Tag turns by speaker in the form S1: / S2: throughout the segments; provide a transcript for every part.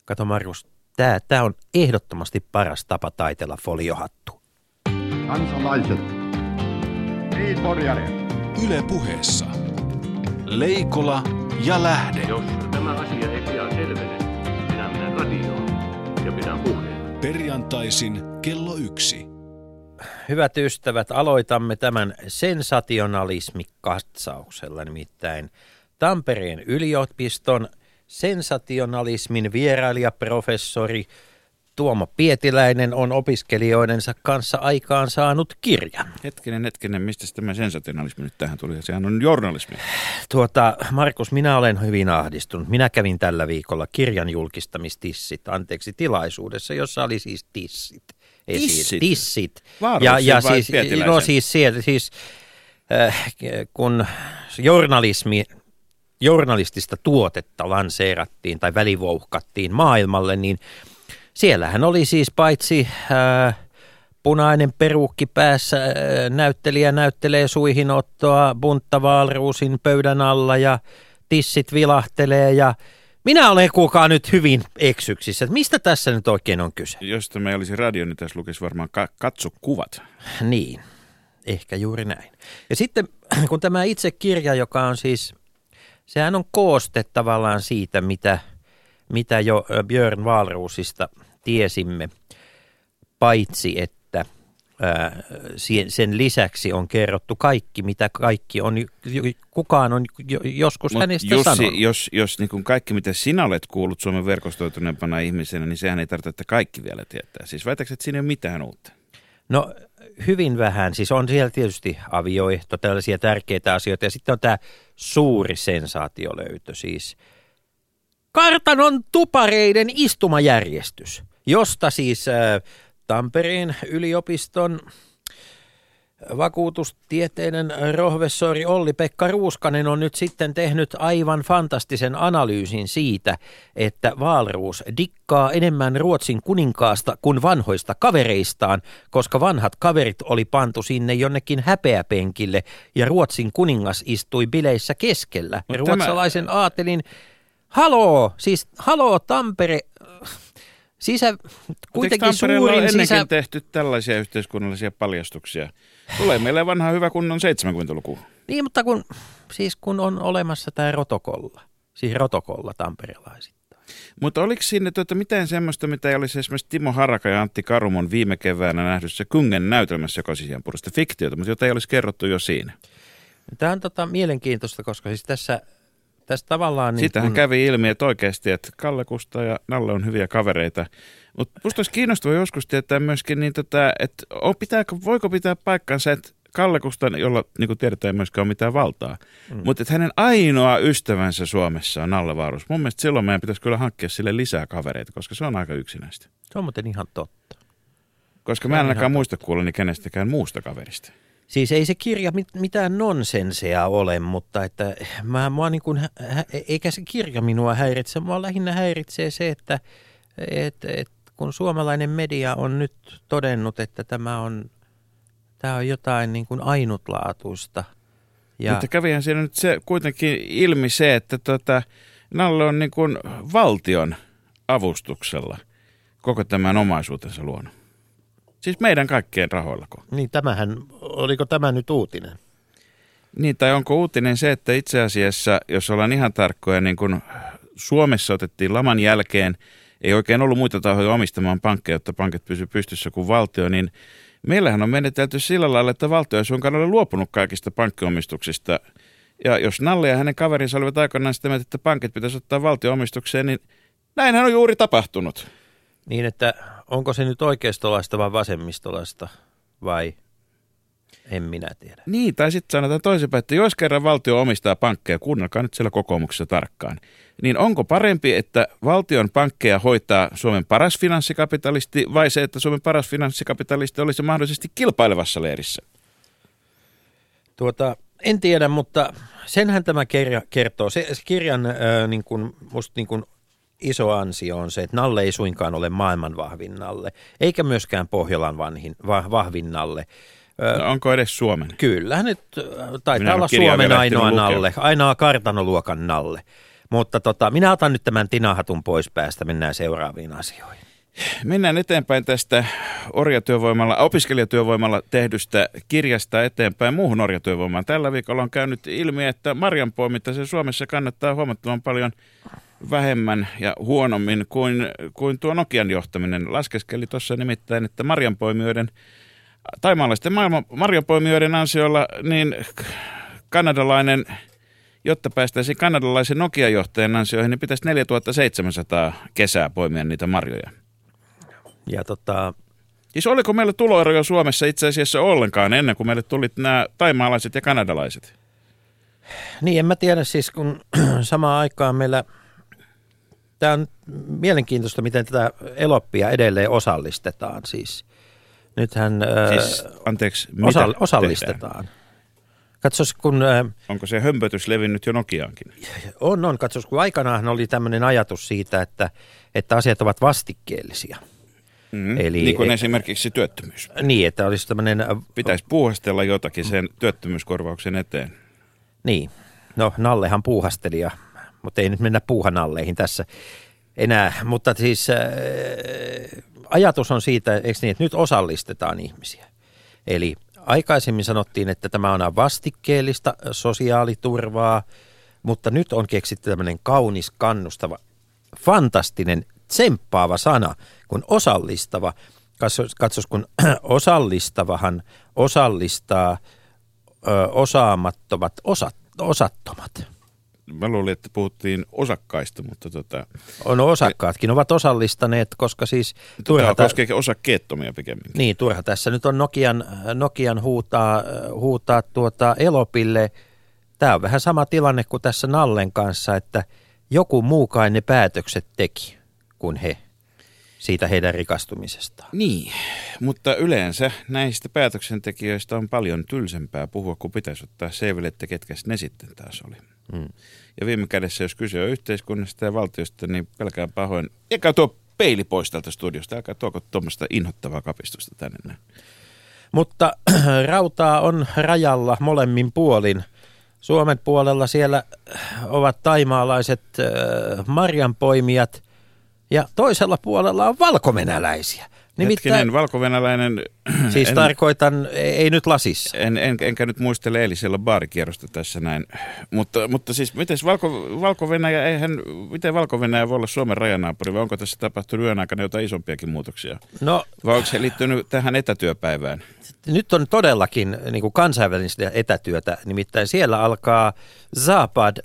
S1: Kato Markus, tää on ehdottomasti paras tapa taitella foliohattu.
S2: Kansalaiset, niin porjare.
S3: Yle Puheessa. Leikola ja Lähde.
S4: Jos tämä asia ei pian selvene, minä menen radioon ja pidän puheen.
S3: Perjantaisin kello 1.
S1: Hyvät ystävät, aloitamme tämän sensationalismikatsauksella, nimittäin Tampereen yliopiston sensationalismin vierailijaprofessori Tuomo Pietiläinen on opiskelijoidensa kanssa aikaan saanut kirjan.
S5: Hetkinen, mistä tämä sensationalismi nyt tähän tuli? Sehän on journalismi.
S1: Markus, minä olen hyvin ahdistunut. Minä kävin tällä viikolla kirjan tilaisuudessa, jossa oli siis tissit. Tissit. Ja siis, no siis siellä, kun journalistista tuotetta lanseerattiin tai välivouhkattiin maailmalle, niin siellähän oli siis paitsi punainen peruukki päässä, näyttelijä näyttelee suihinottoa Buntta Wahlroosin pöydän alla ja tissit vilahtelee ja minä olen kuulkaa nyt hyvin eksyksissä. Mistä tässä nyt oikein on kyse?
S5: Jos tämä olisi radio, niin tässä lukisi varmaan katso kuvat.
S1: Niin, ehkä juuri näin. Ja sitten kun tämä itse kirja, joka on siis, sehän on kooste tavallaan siitä, mitä jo Björn Wahlroosista tiesimme, paitsi että sen lisäksi on kerrottu kaikki, mitä kaikki on, kukaan on joskus hänestä
S5: Jussi,
S1: sanonut.
S5: Jos niin kuin kaikki, mitä sinä olet kuullut Suomen verkostoituneempana ihmisenä, niin sehän ei tarvitse, että kaikki vielä tietää. Siis väitätkö, että siinä ei ole mitään uutta?
S1: No hyvin vähän. Siis on siellä tietysti avioehto, tällaisia tärkeitä asioita. Ja sitten on tämä suuri sensaatiolöytö, siis kartanon tupareiden istumajärjestys, josta siis Tampereen yliopiston vakuutustieteiden professori Olli-Pekka Ruuskanen on nyt sitten tehnyt aivan fantastisen analyysin siitä, että Wahlroos dikkaa enemmän Ruotsin kuninkaasta kuin vanhoista kavereistaan, koska vanhat kaverit oli pantu sinne jonnekin häpeäpenkille ja Ruotsin kuningas istui bileissä keskellä. Ruotsalaisen aatelin, haloo Tampere. Kuitenkin
S5: Tampereella on ennenkin tehty tällaisia yhteiskunnallisia paljastuksia. Tulee meille vanha hyvä kunnon 70-luku.
S1: Niin, mutta kun on olemassa tämä rotokolla tamperelaisittain.
S5: Mutta oliko siinä mitään semmoista, mitä ei olisi esimerkiksi Timo Haraka ja Antti Karumon viime keväänä nähdyssä Kungen näytelmässä, joka siis ihan puolesta fiktiota, mutta jota ei olisi kerrottu jo siinä? Tämä
S1: on mielenkiintoista, koska siis tässä tavallaan
S5: Sitähän kävi ilmi, että oikeasti, että Kalle Kusta ja Nalle on hyviä kavereita. Mutta musta olisi kiinnostavaa joskus tietää myöskin, että voiko pitää paikkansa, että Kalle Kusta, jolla niin kuin tiedetään, ei myöskään ole mitään valtaa, mutta että hänen ainoa ystävänsä Suomessa on Nalle Wahlroos. Mun mielestä silloin meidän pitäisi kyllä hankkia sille lisää kavereita, koska se on aika yksinäistä.
S1: Se on muuten ihan totta.
S5: Koska mä en ainakaan muista kuulleni kenestäkään muusta kaverista.
S1: Siis ei se kirja mitään nonsensea ole, mutta että eikä se kirja minua häiritse. Mua lähinnä häiritsee se, että kun suomalainen media on nyt todennut, että tämä on jotain niin kuin ainutlaatuista.
S5: Mutta kävihän siinä nyt se kuitenkin ilmi se, että Nalle on niin kuin valtion avustuksella koko tämän omaisuutensa luonut. Siis meidän kaikkien rahoillako?
S1: Niin oliko tämä nyt uutinen?
S5: Niin, tai onko uutinen se, että itse asiassa, jos ollaan ihan tarkkoja, niin kun Suomessa otettiin laman jälkeen, ei oikein ollut muita tahoja omistamaan pankkeja, jotta pankit pysyivät pystyssä kuin valtio, niin meillähän on menetelty sillä lailla, että valtio ei suinkaan ole luopunut kaikista pankkiomistuksista. Ja jos Nalle ja hänen kaverinsa olivat aikanaan sitä mieltä, että pankit pitäisi ottaa valtio-omistukseen, niin näinhän on juuri tapahtunut.
S1: Niin, että onko se nyt oikeistolaista vai vasemmistolaista vai en minä tiedä.
S5: Niin, tai sitten sanotaan toisinpäin, että jos kerran valtio omistaa pankkeja, kuunnelkaa nyt siellä kokoomuksessa tarkkaan, niin onko parempi, että valtion pankkeja hoitaa Suomen paras finanssikapitalisti vai se, että Suomen paras finanssikapitalisti olisi mahdollisesti kilpailevassa leirissä?
S1: En tiedä, mutta senhän tämä kertoo. Se kirjan musta iso ansio on se, että Nalle ei suinkaan ole maailman vahvin Nalle, eikä myöskään Pohjolan vahvin Nalle.
S5: No onko edes Suomen?
S1: Kyllä, nyt taitaa olla Suomen ainoa Nalle, ainoa kartanoluokan Nalle. Mutta minä otan nyt tämän tinahatun pois päästä, mennään seuraaviin asioihin.
S5: Mennään eteenpäin tästä opiskelijatyövoimalla tehdystä kirjasta eteenpäin muuhun orjatyövoimaan. Tällä viikolla on käynyt ilmi, että marjanpoiminta se Suomessa kannattaa huomattavan paljon vähemmän ja huonommin kuin tuo Nokian johtaminen. Laskeskeli tuossa nimittäin, että taimaalaisten marjanpoimijoiden ansiolla niin kanadalainen, jotta päästäisiin kanadalaisen Nokia-johtajan ansioihin, niin pitäisi 4700 kesää poimia niitä marjoja.
S1: Ja
S5: siis oliko meillä tuloeroja Suomessa itse asiassa ollenkaan ennen kuin meille tuli nämä taimaalaiset ja kanadalaiset?
S1: Niin, en mä tiedä siis, kun samaan aikaan meillä, tämä on mielenkiintoista, miten tätä eloppia edelleen osallistetaan siis. Nythän osallistetaan. Katsos, kun...
S5: Onko se hömpötys levinnyt jo Nokiaankin?
S1: On. Katsos, kun aikanaan oli tämmöinen ajatus siitä, että asiat ovat vastikkeellisia.
S5: Eli, niin kuin esimerkiksi työttömyys.
S1: Niin, että olisi tämmöinen...
S5: Pitäisi puuhastella jotakin sen työttömyyskorvauksen eteen.
S1: Niin. No, Nallehan puuhasteli, mutta ei nyt mennä puuhanalleihin tässä enää. Mutta siis ajatus on siitä, eikö niin, että nyt osallistetaan ihmisiä. Eli aikaisemmin sanottiin, että tämä on vastikkeellista sosiaaliturvaa, mutta nyt on keksitty tämmöinen kaunis, kannustava, fantastinen, tsemppaava sana, kun osallistava. Katsos, kun osallistavahan osallistaa osaamattomat osattomat.
S5: Mä luulin, että puhuttiin osakkaista, mutta
S1: osakkaatkin ovat osallistaneet, koska siis...
S5: Tämä koskee osakkeettomia pikemminkin.
S1: Niin, turha tässä nyt on Nokian huutaa Elopille. Tämä on vähän sama tilanne kuin tässä Nallen kanssa, että joku muu kai ne päätökset teki kuin he siitä heidän rikastumisestaan. Niin,
S5: mutta yleensä näistä päätöksentekijöistä on paljon tylsempää puhua, kun pitäisi ottaa selville, että ketkä ne sitten taas oli. Ja viime kädessä, jos kyse on yhteiskunnasta ja valtiosta, niin pelkään pahoin. Eikä tuo peili pois tältä studiosta, älkää tuoko tuommoista inhottavaa kapistusta tänne näin.
S1: Mutta rautaa on rajalla molemmin puolin. Suomen puolella siellä ovat taimaalaiset marjanpoimijat ja toisella puolella on valkovenäläisiä.
S5: Hetkinen, valkovenäläinen...
S1: Siis tarkoitan, ei nyt lasissa.
S5: Enkä nyt muistele eilisellä baarikierrosta tässä näin. Mutta siis miten Valko-Venäjä voi olla Suomen rajanaapuri, vai onko tässä tapahtunut yön aikana jotain isompiakin muutoksia? No, vai onko se liittynyt tähän etätyöpäivään?
S1: Nyt on todellakin niin kuin kansainvälistä etätyötä, nimittäin siellä alkaa Zapad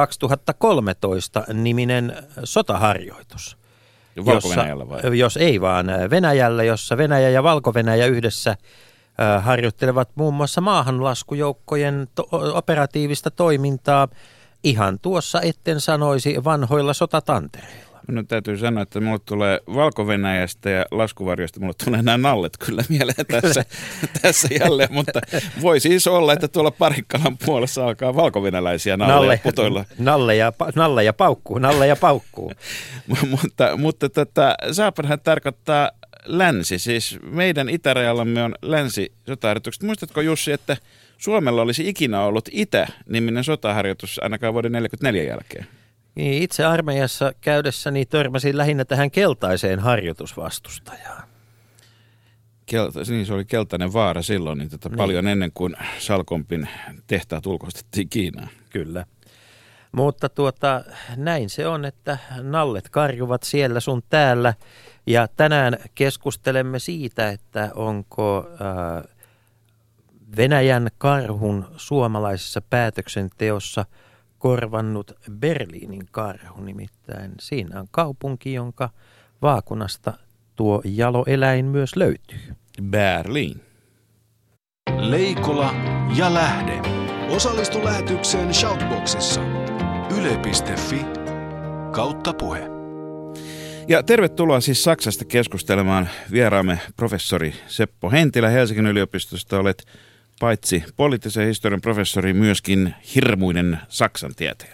S1: 2013 niminen sotaharjoitus.
S5: Valko-Venäjällä vai?
S1: Jos ei vaan Venäjällä, jossa Venäjä ja Valko-Venäjä yhdessä harjoittelevat muun muassa maahanlaskujoukkojen operatiivista toimintaa ihan tuossa, etten sanoisi, vanhoilla sotatantereilla.
S5: No täytyy sanoa, että mulle tulee Valko-Venäjästä ja laskuvarjosta, mulle tulee nämä nallet kyllä mieleen tässä jälleen, mutta voi siis olla, että tuolla Parikkalan puolessa alkaa valko-venäläisiä nalleja putoilla.
S1: Nalle ja paukkuu.
S5: mutta Zapadhan tarkoittaa länsi, siis meidän itärajallamme on länsi-sotaharjoitukset. Muistatko Jussi, että Suomella olisi ikinä ollut Itä-niminen sotaharjoitus ainakaan vuoden 1944 jälkeen?
S1: Itse armeijassa käydessäni törmäsin lähinnä tähän keltaiseen harjoitusvastustajaan.
S5: Niin, se oli keltainen vaara silloin, niin paljon ennen kuin Salkompin tehtaat ulkoistettiin Kiinaan.
S1: Kyllä. Mutta näin se on, että nallet karjuvat siellä sun täällä. Ja tänään keskustelemme siitä, että onko Venäjän karhun suomalaisessa päätöksenteossa korvannut Berliinin karhu, nimittäin siinä on kaupunki, jonka vaakunasta tuo jaloeläin myös löytyy.
S5: Berliin.
S3: Leikola ja Lähde.
S6: Osallistu lähetykseen Shoutboxissa.
S3: yle.fi/puhe.
S5: Ja tervetuloa siis Saksasta keskustelemaan vieraamme professori Seppo Hentilä Helsingin yliopistosta. Olet paitsi poliittisen historian professori, myöskin hirmuinen Saksan tietäjä.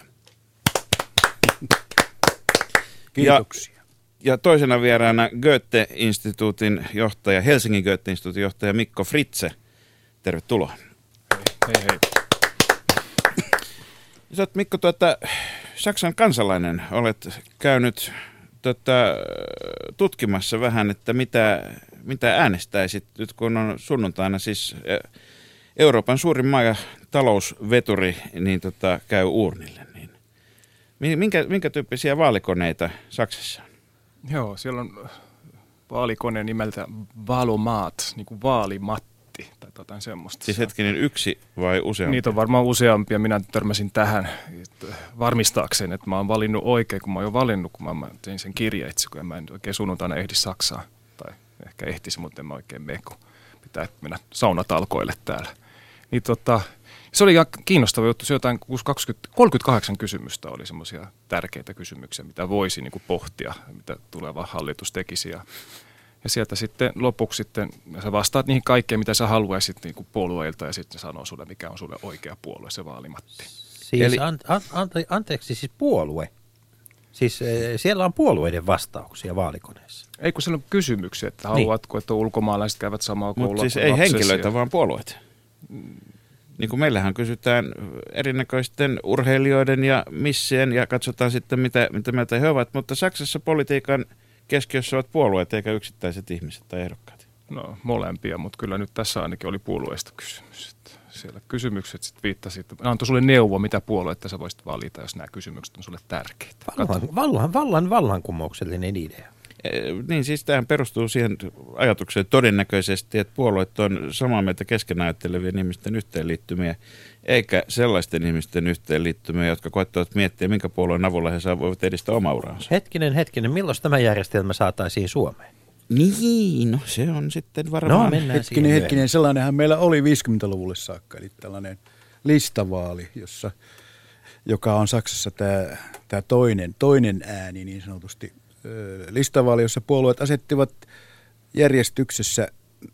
S7: Kiitoksia.
S5: Ja toisena vieraana Goethe-instituutin johtaja, Helsingin Goethe-instituutin johtaja Mikko Fritze. Tervetuloa.
S7: Hei.
S5: Sä oot, Mikko, Saksan kansalainen, olet käynyt tutkimassa vähän, että mitä äänestäisit nyt, kun on sunnuntaina siis Euroopan suurin maa ja talousveturi niin käy uurnille. Niin minkä tyyppisiä vaalikoneita Saksassa on?
S7: Joo, siellä on vaalikone nimeltä Valomat, niin kuin vaalimatti tai jotain semmoista.
S5: Siis hetkinen, yksi vai useampi?
S7: Niitä on varmaan useampia. Minä törmäsin tähän varmistaakseen, että mä oon valinnut oikein, kun mä oon jo valinnut, kun mä tein sen kirjeitse, kun mä en oikein sunnuntaina ehdi Saksaan. Tai ehkä ehtisi, mutta en mä oikein mene, kun pitää mennä saunatalkoille täällä. Niin se oli ihan kiinnostava juttu. Se jotain 38 kysymystä oli semmoisia tärkeitä kysymyksiä, mitä voisi niin kuin pohtia, mitä tuleva hallitus tekisi. Ja sieltä sitten lopuksi sä vastaat niihin kaikkeen, mitä sä haluaisit niin kuin puolueilta, ja sitten sanoo sulle, mikä on sulle oikea puolue, se vaalimatti.
S1: Siis eli anteeksi, siis puolue. Siis siellä on puolueiden vastauksia vaalikoneessa.
S7: Ei kun siellä on kysymyksiä, että haluatko, että ulkomaalaiset käyvät samaa koulua.
S5: Mutta siis ei henkilöitä, vaan puolueet. Niin kuin meillähän kysytään erinäköisten urheilijoiden ja missien ja katsotaan sitten, mitä mieltä he ovat. Mutta Saksassa politiikan keskiössä ovat puolueet eikä yksittäiset ihmiset tai ehdokkaat.
S7: No molempia, mutta kyllä nyt tässä ainakin oli puolueesta kysymys. Siellä kysymykset sitten viittasit. Antoi sulle neuvo, mitä puoluetta sä voisit valita, jos nämä kysymykset on sulle tärkeitä.
S1: Vallankumouksellinen idea.
S5: Niin siis tämähän perustuu siihen ajatukseen todennäköisesti, että puolueet on samaa mieltä keskenään ajattelevien ihmisten yhteenliittymiä, eikä sellaisten ihmisten yhteenliittymiä, jotka koettavat miettiä, minkä puolueen avulla he voivat edistää omaa uraansa.
S1: Hetkinen, milloin tämä järjestelmä saataisiin Suomeen?
S5: Niin, no se on sitten varmaan.
S1: No,
S8: hetkinen, sellainenhan meillä oli 50-luvulle saakka, eli tällainen listavaali, joka on Saksassa tämä toinen ääni niin sanotusti. Listavaali, jossa puolueet asettivat järjestyksessä,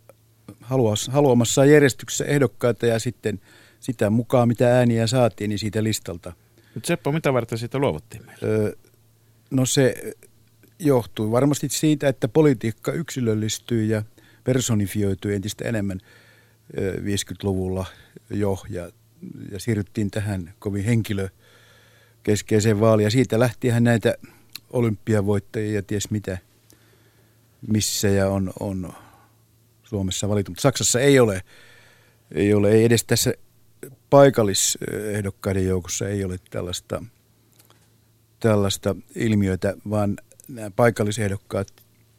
S8: haluamassaan järjestyksessä ehdokkaita ja sitten sitä mukaan, mitä ääniä saatiin, niin siitä listalta.
S5: Mutta Seppo, mitä varten siitä luovuttiin meille?
S8: No se johtui varmasti siitä, että politiikka yksilöllistyi ja personifioitui entistä enemmän 50-luvulla jo ja siirryttiin tähän kovin henkilökeskeiseen vaaliin ja siitä lähtihän näitä olympiavoittajia ja ties mitä, missä ja on Suomessa valittu. Mutta Saksassa ei edes tässä paikallisehdokkaiden joukossa ei ole tällaista ilmiötä, vaan nämä paikallisehdokkaat,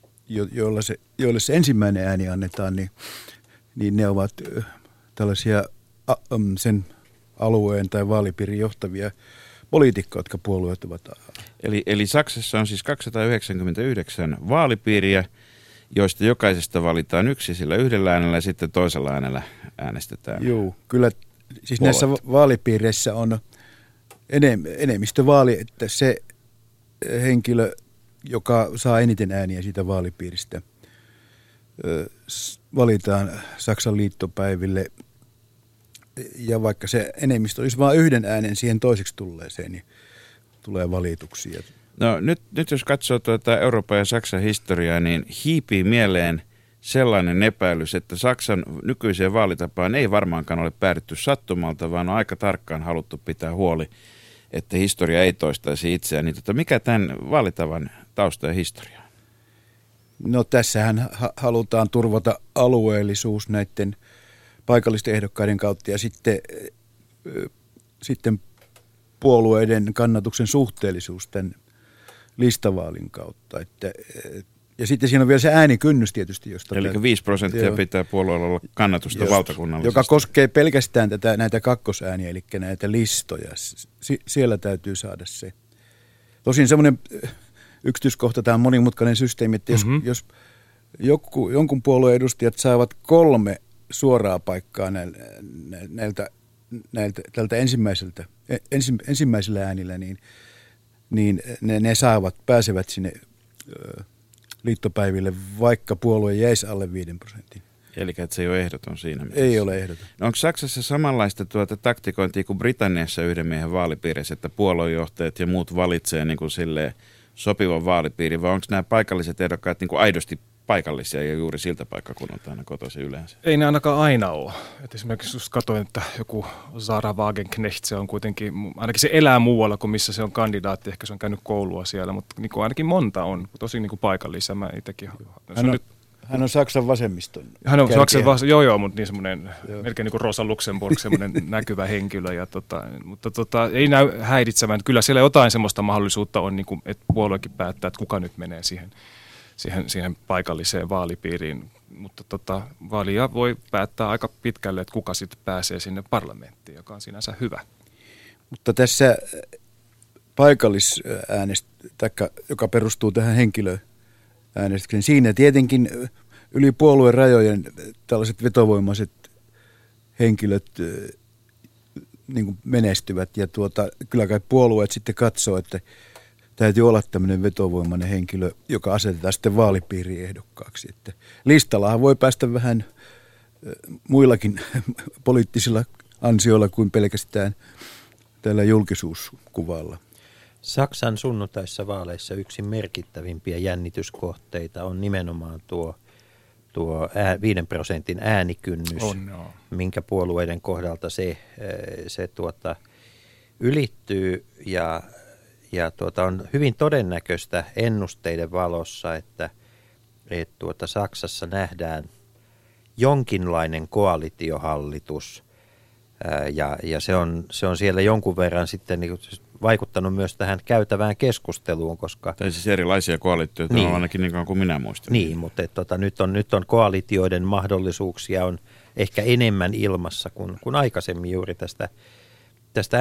S8: joille se ensimmäinen ääni annetaan, niin ne ovat tällaisia sen alueen tai vaalipiirin johtavia poliitikkoja, jotka puolueet ovat.
S5: Eli Saksassa on siis 299 vaalipiiriä, joista jokaisesta valitaan yksi sillä yhdellä äänellä ja sitten toisella äänellä äänestetään.
S8: Joo, kyllä siis näissä vaalipiireissä on enemmistövaali, että se henkilö, joka saa eniten ääniä siitä vaalipiiristä, valitaan Saksan liittopäiville. Ja vaikka se enemmistö olisi vain yhden äänen siihen toiseksi tulleeseen, niin tulee valituksia.
S5: No nyt jos katsoo Euroopan ja Saksan historiaa, niin hiipii mieleen sellainen epäilys, että Saksan nykyiseen vaalitapaan ei varmaankaan ole päädytty sattumalta, vaan on aika tarkkaan haluttu pitää huoli, että historia ei toistaisi itseään. Niin mikä tämän vaalitavan tausta ja historia on?
S8: No tässähän halutaan turvata alueellisuus näiden paikallisten ehdokkaiden kautta ja sitten puolueiden kannatuksen suhteellisuus tämän listavaalin kautta. Ja sitten siinä on vielä se äänikynnys tietysti.
S5: Eli 5% pitää puolueella olla kannatusta valtakunnallisesti.
S8: Joka koskee pelkästään näitä kakkosääniä, eli näitä listoja. Siellä täytyy saada se. Tosin semmoinen yksityiskohta, tämä monimutkainen systeemi, että jos jonkun puolueen edustajat saavat 3 suoraa paikkaa tältä ensimmäisellä äänillä, niin ne pääsevät sinne liittopäiville, vaikka puolue jäisi alle 5%.
S5: Eli että se ei ole ehdoton siinä mielessä.
S8: Ei ole ehdoton.
S5: No onko Saksassa samanlaista taktikointia kuin Britanniassa yhden miehen vaalipiirissä, että puoluejohtajat ja muut valitsee niin kuin silleen sopivan vaalipiirin, vai onko nämä paikalliset ehdokkaat niin kuin aidosti paikallisia ja juuri siltä paikkakunnalta aina kotoisin yleensä.
S7: Ei ne ainakaan aina ole. Et esimerkiksi just katsoin, että joku Sarah Wagenknecht, se on kuitenkin, ainakin se elää muualla kuin missä se on kandidaatti, ehkä se on käynyt koulua siellä, mutta niin ainakin monta on tosi niin paikallisia. Mä itsekin.
S8: Hän on Saksan vasemmiston.
S7: Hän on Saksan vasemmiston, joo, mutta niin semmoinen melkein niin kuin Rosa Luxemburg, semmoinen näkyvä henkilö. Ja mutta ei näy häiritsevän. Kyllä siellä jotain semmoista mahdollisuutta on, niin kuin, että puoluekin päättää, että kuka nyt menee siihen paikalliseen vaalipiiriin. Mutta vaalia voi päättää aika pitkälle, että kuka sitten pääsee sinne parlamenttiin, joka on sinänsä hyvä.
S8: Mutta tässä joka perustuu tähän henkilöäänestykseen, siinä tietenkin yli puolueen rajojen tällaiset vetovoimaiset henkilöt niin kuin menestyvät. Ja kyllä kai puolueet sitten katsoo, että täytyy olla tämmöinen vetovoimainen henkilö, joka asetetaan sitten vaalipiiriehdokkaaksi. Että listallahan voi päästä vähän muillakin poliittisilla ansioilla kuin pelkästään tällä julkisuuskuvalla.
S1: Saksan sunnuntaissa vaaleissa yksi merkittävimpiä jännityskohteita on nimenomaan tuo 5% äänikynnys, minkä puolueiden kohdalta se ylittyy ja on hyvin todennäköistä ennusteiden valossa, että Saksassa nähdään jonkinlainen koalitiohallitus ja se on siellä jonkun verran sitten niin vaikuttanut myös tähän käytävään keskusteluun, koska...
S5: Tai siis erilaisia koalitioita on ainakin niin kauan kuin minä muistan.
S1: Niin, mutta nyt on koalitioiden mahdollisuuksia on ehkä enemmän ilmassa kuin aikaisemmin juuri tästä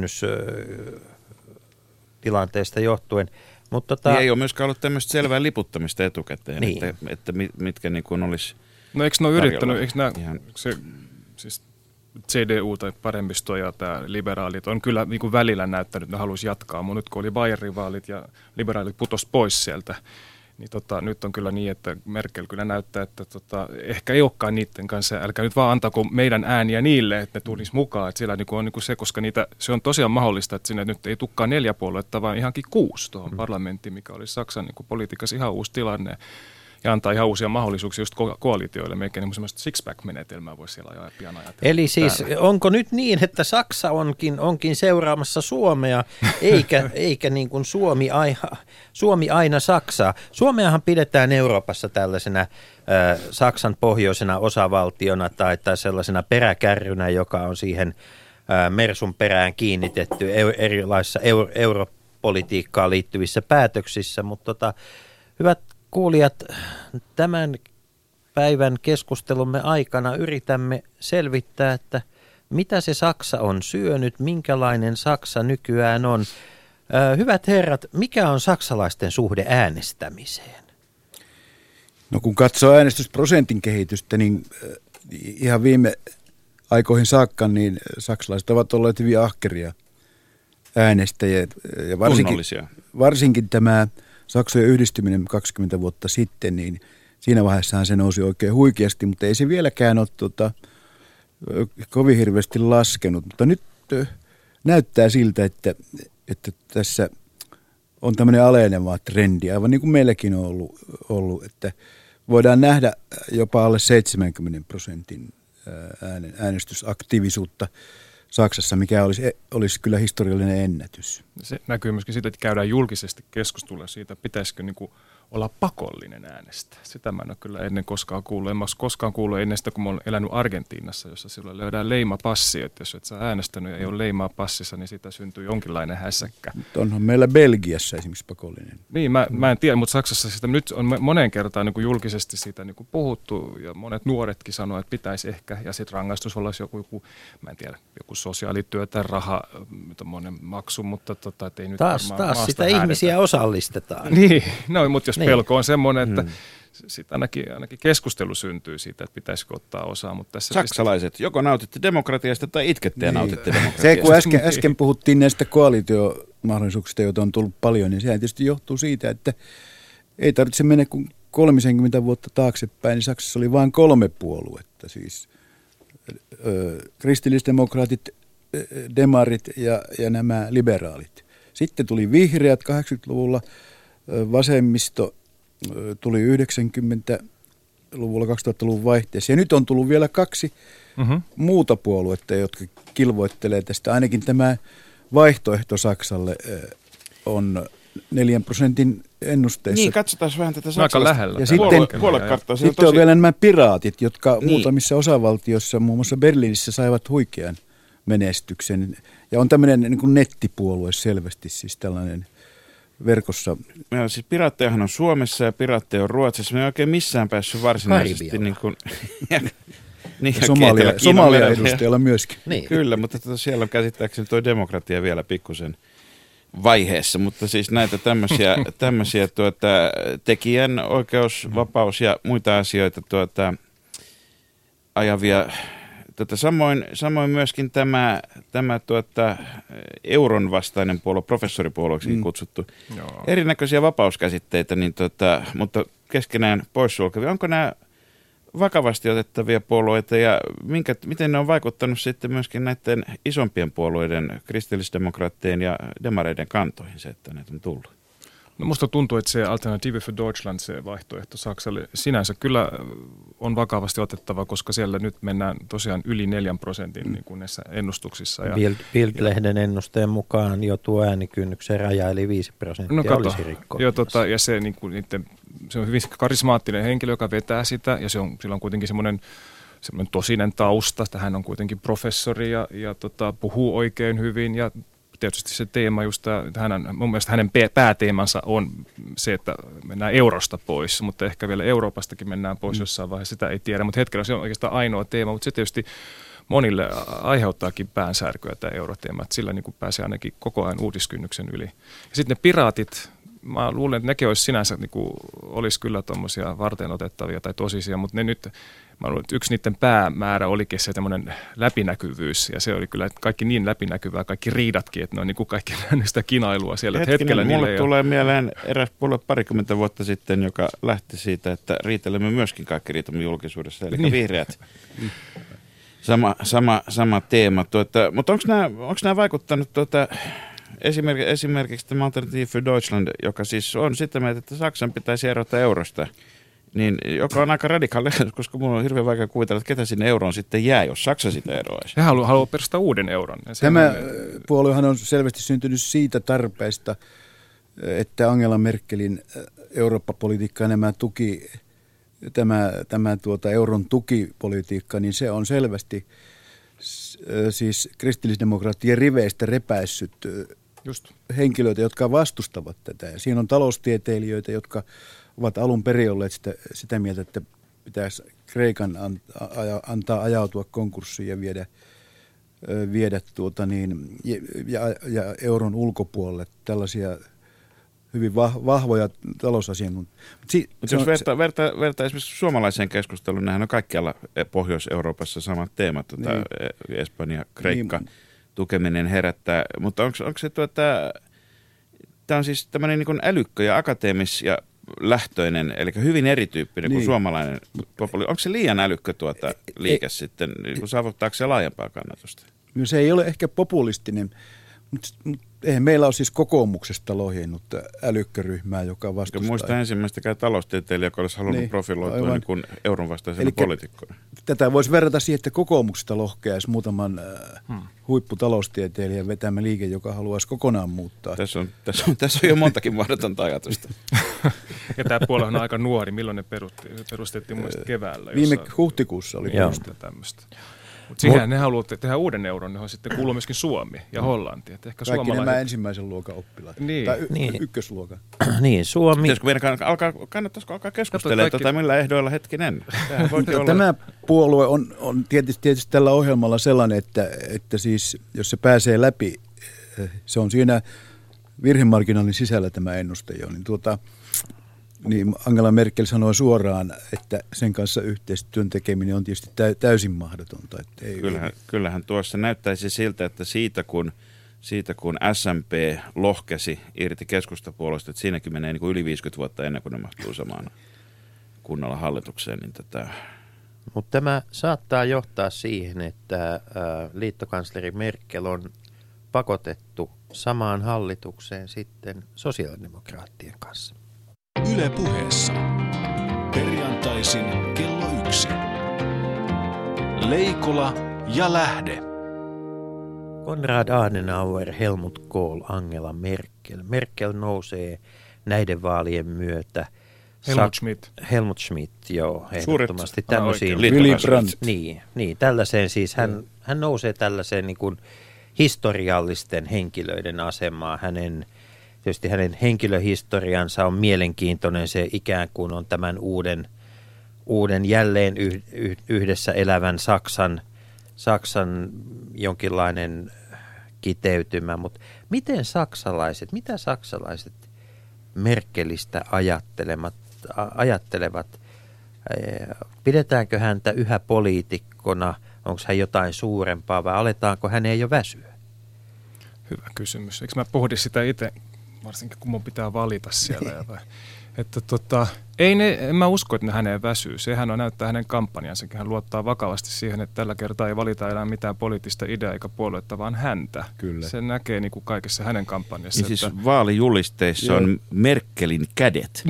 S1: äänikynnystilanteesta johtuen.
S5: Niin ei ole myöskään ollut tämmöistä selvää liputtamista etukäteen, niin. että mitkä niin kuin olisi...
S7: No eikö ne ole yrittänyt, eikö nämä... Siis CDU tai paremmisto ja tämä liberaalit on kyllä niin kuin välillä näyttänyt, että ne haluaisi jatkaa, mutta nyt kun oli Bayerin vaalit ja liberaalit putosi pois sieltä, niin nyt on kyllä niin, että Merkel kyllä näyttää, että ehkä ei olekaan niiden kanssa, älkää nyt vaan antako meidän ääniä niille, että ne tulisi mukaan, että siellä on niin kuin se, koska se on tosiaan mahdollista, että sinne nyt ei tukkaan 4 puoluetta, vaan ihankin 6 tuohon parlamenttiin, mikä oli Saksan niin kuin politiikassa ihan uusi tilanne. Ja antaa ihan uusia mahdollisuuksia just koalitioille. Melkein niin semmoista six-pack-menetelmää voisi siellä pian ajatella.
S1: Eli siis onko nyt niin, että Saksa onkin seuraamassa Suomea, eikä niin kuin Suomi aina Saksaa? Suomeahan pidetään Euroopassa tällaisena Saksan pohjoisena osavaltiona tai sellaisena peräkärrynä, joka on siihen Mersun perään kiinnitetty erilaisissa europolitiikkaan liittyvissä päätöksissä. Mutta hyvät kuulijat, tämän päivän keskustelumme aikana yritämme selvittää, että mitä se Saksa on syönyt, minkälainen Saksa nykyään on. Hyvät herrat, mikä on saksalaisten suhde äänestämiseen?
S8: No kun katsoo äänestysprosentin kehitystä, niin ihan viime aikoihin saakka, niin saksalaiset ovat olleet hyvin ahkeria äänestäjiä. Ja varsinkin tämä Saksojen yhdistyminen 20 vuotta sitten, niin siinä vaiheessahan se nousi oikein huikeasti, mutta ei se vieläkään ole kovin hirveästi laskenut. Mutta nyt näyttää siltä, että tässä on tämmöinen aleneva trendi, aivan niin kuin meilläkin on ollut, että voidaan nähdä jopa alle 70% äänestysaktiivisuutta Saksassa, mikä olisi kyllä historiallinen ennätys.
S7: Se näkyy myöskin siitä, että käydään julkisesti keskustelua siitä, pitäisikö niin kuin olla pakollinen äänestää. Sitä mä en ole kyllä ennen koskaan kuullut. En mä ole koskaan kuullut ennen sitä, kun mä olen elänyt Argentiinassa, jossa silloin löydään leimapassi. Että jos et sä äänestänyt ja ei ole leimaa passissa, niin siitä syntyy jonkinlainen hässäkkä.
S8: Mutta onhan meillä Belgiassa esimerkiksi pakollinen.
S7: Niin, mä en tiedä, mutta Saksassa sitä nyt on moneen kertaan niin kuin julkisesti siitä niin kuin puhuttu. Ja monet nuoretkin sanoo, että pitäisi ehkä. Ja sitten rangaistus olisi joku, mä en tiedä, joku sosiaalityö tai raha, tommoinen maksu, mutta ei nyt
S1: taas sitä hädetä. Ihmisiä osallistetaan.
S7: Niin, no, mutta jos pelko on semmoinen, että sitten ainakin keskustelu syntyy siitä, että pitäisikö ottaa osaa. Mutta tässä
S5: saksalaiset, joko nautitte demokratiasta tai itkette ja nautitte demokratiasta.
S8: Se, kun äsken puhuttiin näistä koalitiomahdollisuuksista, joita on tullut paljon, niin sehän tietysti johtuu siitä, että ei tarvitse mennä kuin 30 vuotta taaksepäin, niin Saksassa oli vain 3 puoluetta, siis kristillisdemokraatit, demarit ja nämä liberaalit. Sitten tuli vihreät 80-luvulla, vasemmisto tuli 90-luvulla 2000-luvun vaihteessa. Ja nyt on tullut vielä 2 muuta puoluetta, jotka kilvoittelee tästä. Ainakin tämä vaihtoehto Saksalle on 4% ennusteissa.
S5: Niin, katsotaan vähän tätä
S7: saksalaista. Aika lähellä.
S8: Ja sitten on vielä nämä piraatit, jotka muutamissa osavaltioissa, muun muassa Berliinissä, saivat huikean menestyksen. Ja on tämmöinen niin kuin nettipuolue selvästi, siis tällainen verkossa.
S5: Siis piraattejahan on Suomessa ja piraatteja on Ruotsissa. Me ei oikein missään päässyt varsinaisesti. Niin kuin,
S8: Somalia edustajalla myöskin.
S5: Niin. Kyllä, mutta siellä on käsittääkseni tuo demokratia vielä pikkusen vaiheessa, mutta siis näitä tämmöisiä tekijän oikeus, vapaus ja muita asioita ajavia. Samoin myöskin tämä euron vastainen puolue, professoripuolueeksi kutsuttu, erinäköisiä vapauskäsitteitä, niin mutta keskenään poissulkevia. Onko nämä vakavasti otettavia puolueita ja miten ne on vaikuttanut sitten myöskin näiden isompien puolueiden, kristillisdemokraattien ja demareiden kantoihin se, että näitä on tullut?
S7: No musta tuntuu, että se Alternative für Deutschland, se vaihtoehto Saksalle, sinänsä kyllä on vakavasti otettava, koska siellä nyt mennään tosiaan yli 4% niin kuin näissä ennustuksissa.
S1: Bild-lehden ennusteen mukaan jo tuo äänikynnyksen raja, eli 5% olisi rikkoa.
S7: Ja se, niin kuin, se on hyvin karismaattinen henkilö, joka vetää sitä, ja sillä on kuitenkin semmoinen tosinen tausta. Hän on kuitenkin professori ja puhuu oikein hyvin, ja tietysti se teema, just mun mielestä hänen pääteemansa on se, että mennään eurosta pois, mutta ehkä vielä Euroopastakin mennään pois jossain vaiheessa, sitä ei tiedä, mutta hetkellä se on oikeastaan ainoa teema, mutta se tietysti monille aiheuttaakin päänsärkyä tämä euroteema, että sillä niin kuin pääsee ainakin koko ajan uutiskynnyksen yli. Ja sitten ne piraatit, mä luulen, että nekin olisi sinänsä, niin kuin, olisi kyllä tuommoisia varteenotettavia tai tosisia, mutta ne nyt, mä luulen, että yksi niiden päämäärä olikin se tämmöinen läpinäkyvyys, ja se oli kyllä kaikki niin läpinäkyvää, kaikki riidatkin, että ne on niin kuin kaikki nähnyt sitä kinailua siellä.
S5: Hetkinen, mulle tulee mieleen eräs puolue 20 vuotta sitten, joka lähti siitä, että riitelemme myöskin kaikki riitamme julkisuudessa, eli vihreät. Sama teema. Mutta onko nämä vaikuttanut esimerkiksi tämä Alternative für Deutschland, joka siis on sitä mieltä, että Saksan pitäisi erota eurosta, niin joka on aika radikaali, koska minulla on hirveän vaikea kuvitella, että ketä sinne euroon sitten jää, jos Saksa sitä eroaisi.
S7: He haluaa perustaa uuden euron.
S8: Tämä puoluehan on selvästi syntynyt siitä tarpeesta, että Angela Merkelin Eurooppa-politiikka ja tämä euron tukipolitiikka, niin se on selvästi siis kristillisdemokraattien riveistä repäissyt henkilöitä, jotka vastustavat tätä. Ja siinä on taloustieteilijöitä, jotka ovat alun perin olleet sitä mieltä, että pitäisi Kreikan antaa ajautua konkurssiin ja viedä ja euron ulkopuolelle tällaisia hyvin vahvoja talousasiantuntijoita.
S5: Jos vertaa esimerkiksi suomalaiseen keskusteluun, nehän on kaikkialla Pohjois-Euroopassa samat teemat, Espanja, Kreikka, tukeminen herättää, mutta onko se tämä on siis tämmöinen niin kuin älykkö ja akateemis ja lähtöinen, eli hyvin erityyppinen kuin suomalainen populismi. Onko se liian älykkö liike sitten, niin saavuttaako se laajempaa kannatusta?
S8: No se ei ole ehkä populistinen, mutta eihän meillä ole siis kokoomuksesta lohjennut älykköryhmää, joka vastustaa.
S5: Muista ensimmäistäkään taloustieteilijä, joka olisi halunnut profiloitua niin kuin euron vastaisena poliitikkona.
S8: Tätä voisi verrata siihen, että kokoomuksesta lohkeaisi muutaman huipputaloustieteilijän vetämä liike, joka haluaisi kokonaan muuttaa.
S5: Tässä on jo montakin mahdotonta ajatusta.
S7: Ja tämä puolue on aika nuori. Milloin ne perustettiin mun mielestä keväällä?
S8: Viime huhtikuussa oli
S7: tämmöistä. Mutta siihen ne haluavat tehdä uuden euron, johon sitten kuuluu myöskin Suomi ja Hollanti. Että ehkä
S8: kaikki nämä ensimmäisen luokan oppilaat, tai ykkösluokan.
S1: Niin, Suomi.
S5: Kannattaisiko alkaa keskustella, millä ehdoilla hetkinen?
S8: Tämä puolue on tietysti tällä ohjelmalla sellainen, että siis, jos se pääsee läpi, se on siinä virhemarginaalin sisällä tämä ennuste jo, niin Angela Merkel sanoi suoraan, että sen kanssa yhteistyön tekeminen on tietysti täysin mahdotonta.
S5: Kyllähän tuossa näyttäisi siltä, että siitä kun SMP lohkesi irti keskustapuolueesta, että siinäkin menee niin kuin yli 50 vuotta ennen kuin ne mahtuu samaan kunnolla hallitukseen. Niin
S1: Mutta tämä saattaa johtaa siihen, että liittokansleri Merkel on pakotettu samaan hallitukseen sitten sosiaalidemokraattien kanssa.
S6: Yle Puheessa. Perjantaisin kello 1.
S3: Leikola ja Lähde.
S1: Konrad Adenauer, Helmut Kohl, Angela Merkel. Merkel nousee näiden vaalien myötä. Helmut Schmidt, joo, ehdottomasti tämmöisiin.
S8: Willy Brandt.
S1: Niin, tällaiseen siis hän nousee tällaiseen niin kuin historiallisten henkilöiden asemaan. Tietysti hänen henkilöhistoriansa on mielenkiintoinen, se ikään kuin on tämän uuden jälleen yhdessä elävän Saksan jonkinlainen kiteytymä, mutta mitä saksalaiset Merkelistä ajattelevat? Pidetäänkö häntä yhä poliitikkona? Onko hän jotain suurempaa vai aletaanko häneen jo väsyä?
S7: Hyvä kysymys. Eikö mä pohdi sitä itse, varsinkin kun mun pitää valita siellä? Että en mä usko, että ne häneen väsyy. Sehän näyttää hänen kampanjansa. Hän luottaa vakavasti siihen, että tällä kertaa ei valita enää mitään poliittista ideaa eikä puoluetta, vaan häntä.
S8: Kyllä.
S7: Se näkee niin kuin kaikessa hänen kampanjassa.
S5: Niin siis vaalijulisteissa on Merkelin kädet.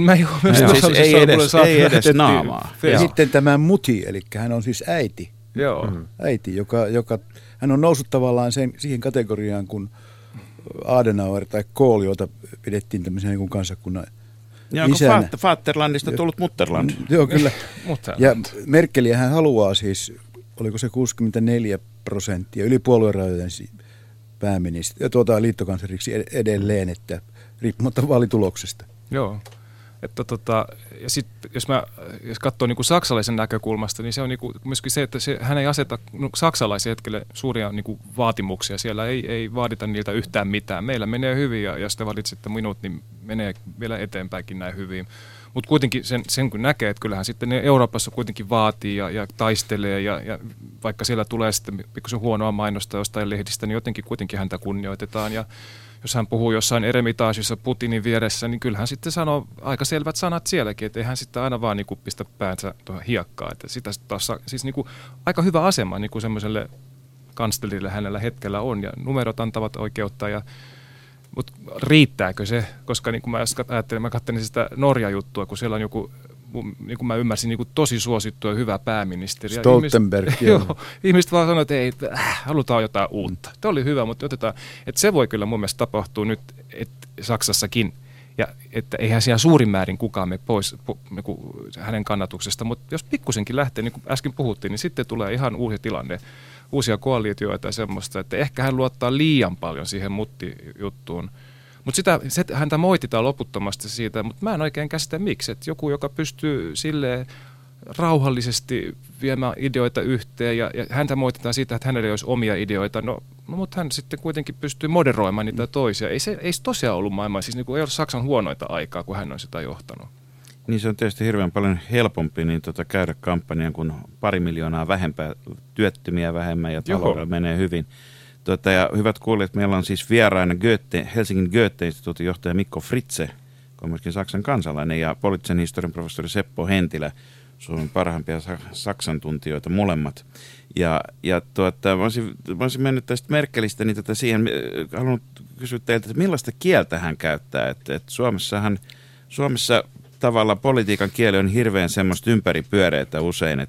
S5: Ei edes naamaa.
S8: Ja sitten tämä muti, eli hän on siis äiti.
S7: Joo.
S8: Äiti, joka hän on noussut tavallaan siihen kategoriaan, kun Adenauer tai Kohl, jota pidettiin tämmöisen niin kuin kansakunnan
S5: ja onko Vaterlandista tullut Mutterland?
S8: Joo, kyllä. Ja Merkeliä hän haluaa siis, oliko se 64% yli puoluerajojen pääministeri, liittokansleriksi edelleen, että riippumatta vaalituloksesta.
S7: Joo. Että ja sitten jos katsoo niin kuin saksalaisen näkökulmasta, niin se on niin kuin myöskin se, että hän ei aseta saksalaisen hetkelle suuria niin kuin vaatimuksia. Siellä ei vaadita niiltä yhtään mitään. Meillä menee hyvin ja jos te valitsette minut, niin menee vielä eteenpäinkin näin hyvin. Mutta kuitenkin sen kun näkee, että kyllähän sitten ne Euroopassa kuitenkin vaatii ja taistelee ja vaikka siellä tulee sitten pikkusen huonoa mainosta jostain lehdistä, niin jotenkin kuitenkin häntä kunnioitetaan ja jos hän puhuu jossain eremitaasissa Putinin vieressä, niin kyllähän sitten sanoo aika selvät sanat sielläkin, että ei hän sitten aina vaan niin kuin pistä päänsä tuohon hiekkaan. Että sitä taas, siis niin kuin aika hyvä asema niin kuin semmoiselle kanslerille hänellä hetkellä on ja numerot antavat oikeutta. Mutta riittääkö se? Koska niin kuin mä katselin sitä Norja-juttua, kun siellä on joku, niin kuin mä ymmärsin, niin kuin tosi suosittu ja hyvä pääministeri.
S8: Stoltenberg.
S7: Ihmiset vaan sanoivat, että ei, halutaan jotain uutta. Tämä oli hyvä, mutta otetaan. Että se voi kyllä mun mielestä tapahtua nyt Saksassakin. Ja että eihän siellä suurin määrin kukaan mene pois hänen kannatuksesta. Mutta jos pikkusenkin lähtee, niin kuin äsken puhuttiin, niin sitten tulee ihan uusi tilanne. Uusia koalitioita ja semmoista, että ehkä hän luottaa liian paljon siihen muttijuttuun. Mutta häntä moititaan loputtomasti siitä, mutta mä en oikein käsitä miksi. Että joku, joka pystyy silleen rauhallisesti viemään ideoita yhteen ja häntä moititaan siitä, että hänellä ei olisi omia ideoita. No mutta hän sitten kuitenkin pystyy moderoimaan niitä toisia. Ei se tosiaan ollut maailman, siis niin kuin ei ole Saksan huonoita aikaa, kun hän on sitä johtanut.
S5: Niin se on tietysti hirveän paljon helpompi niin käydä kampanjan, kun 2 miljoonaa vähempää, työttömiä vähemmän ja taloudella menee hyvin. Ja hyvät kuulijat, meillä on siis vieraina Helsingin Goethe-instituutin johtaja Mikko Fritzsche, joka on myöskin Saksan kansalainen, ja poliittisen historian professori Seppo Hentilä, Suomen parhaimpia Saksan tuntijoita molemmat. Ja mä olisin mennyt tästä Merkelistä niin siihen, haluan kysyä teiltä, että millaista kieltä hän käyttää, että Suomessa tavallaan politiikan kieli on hirveän semmoista ympäripyöreitä usein,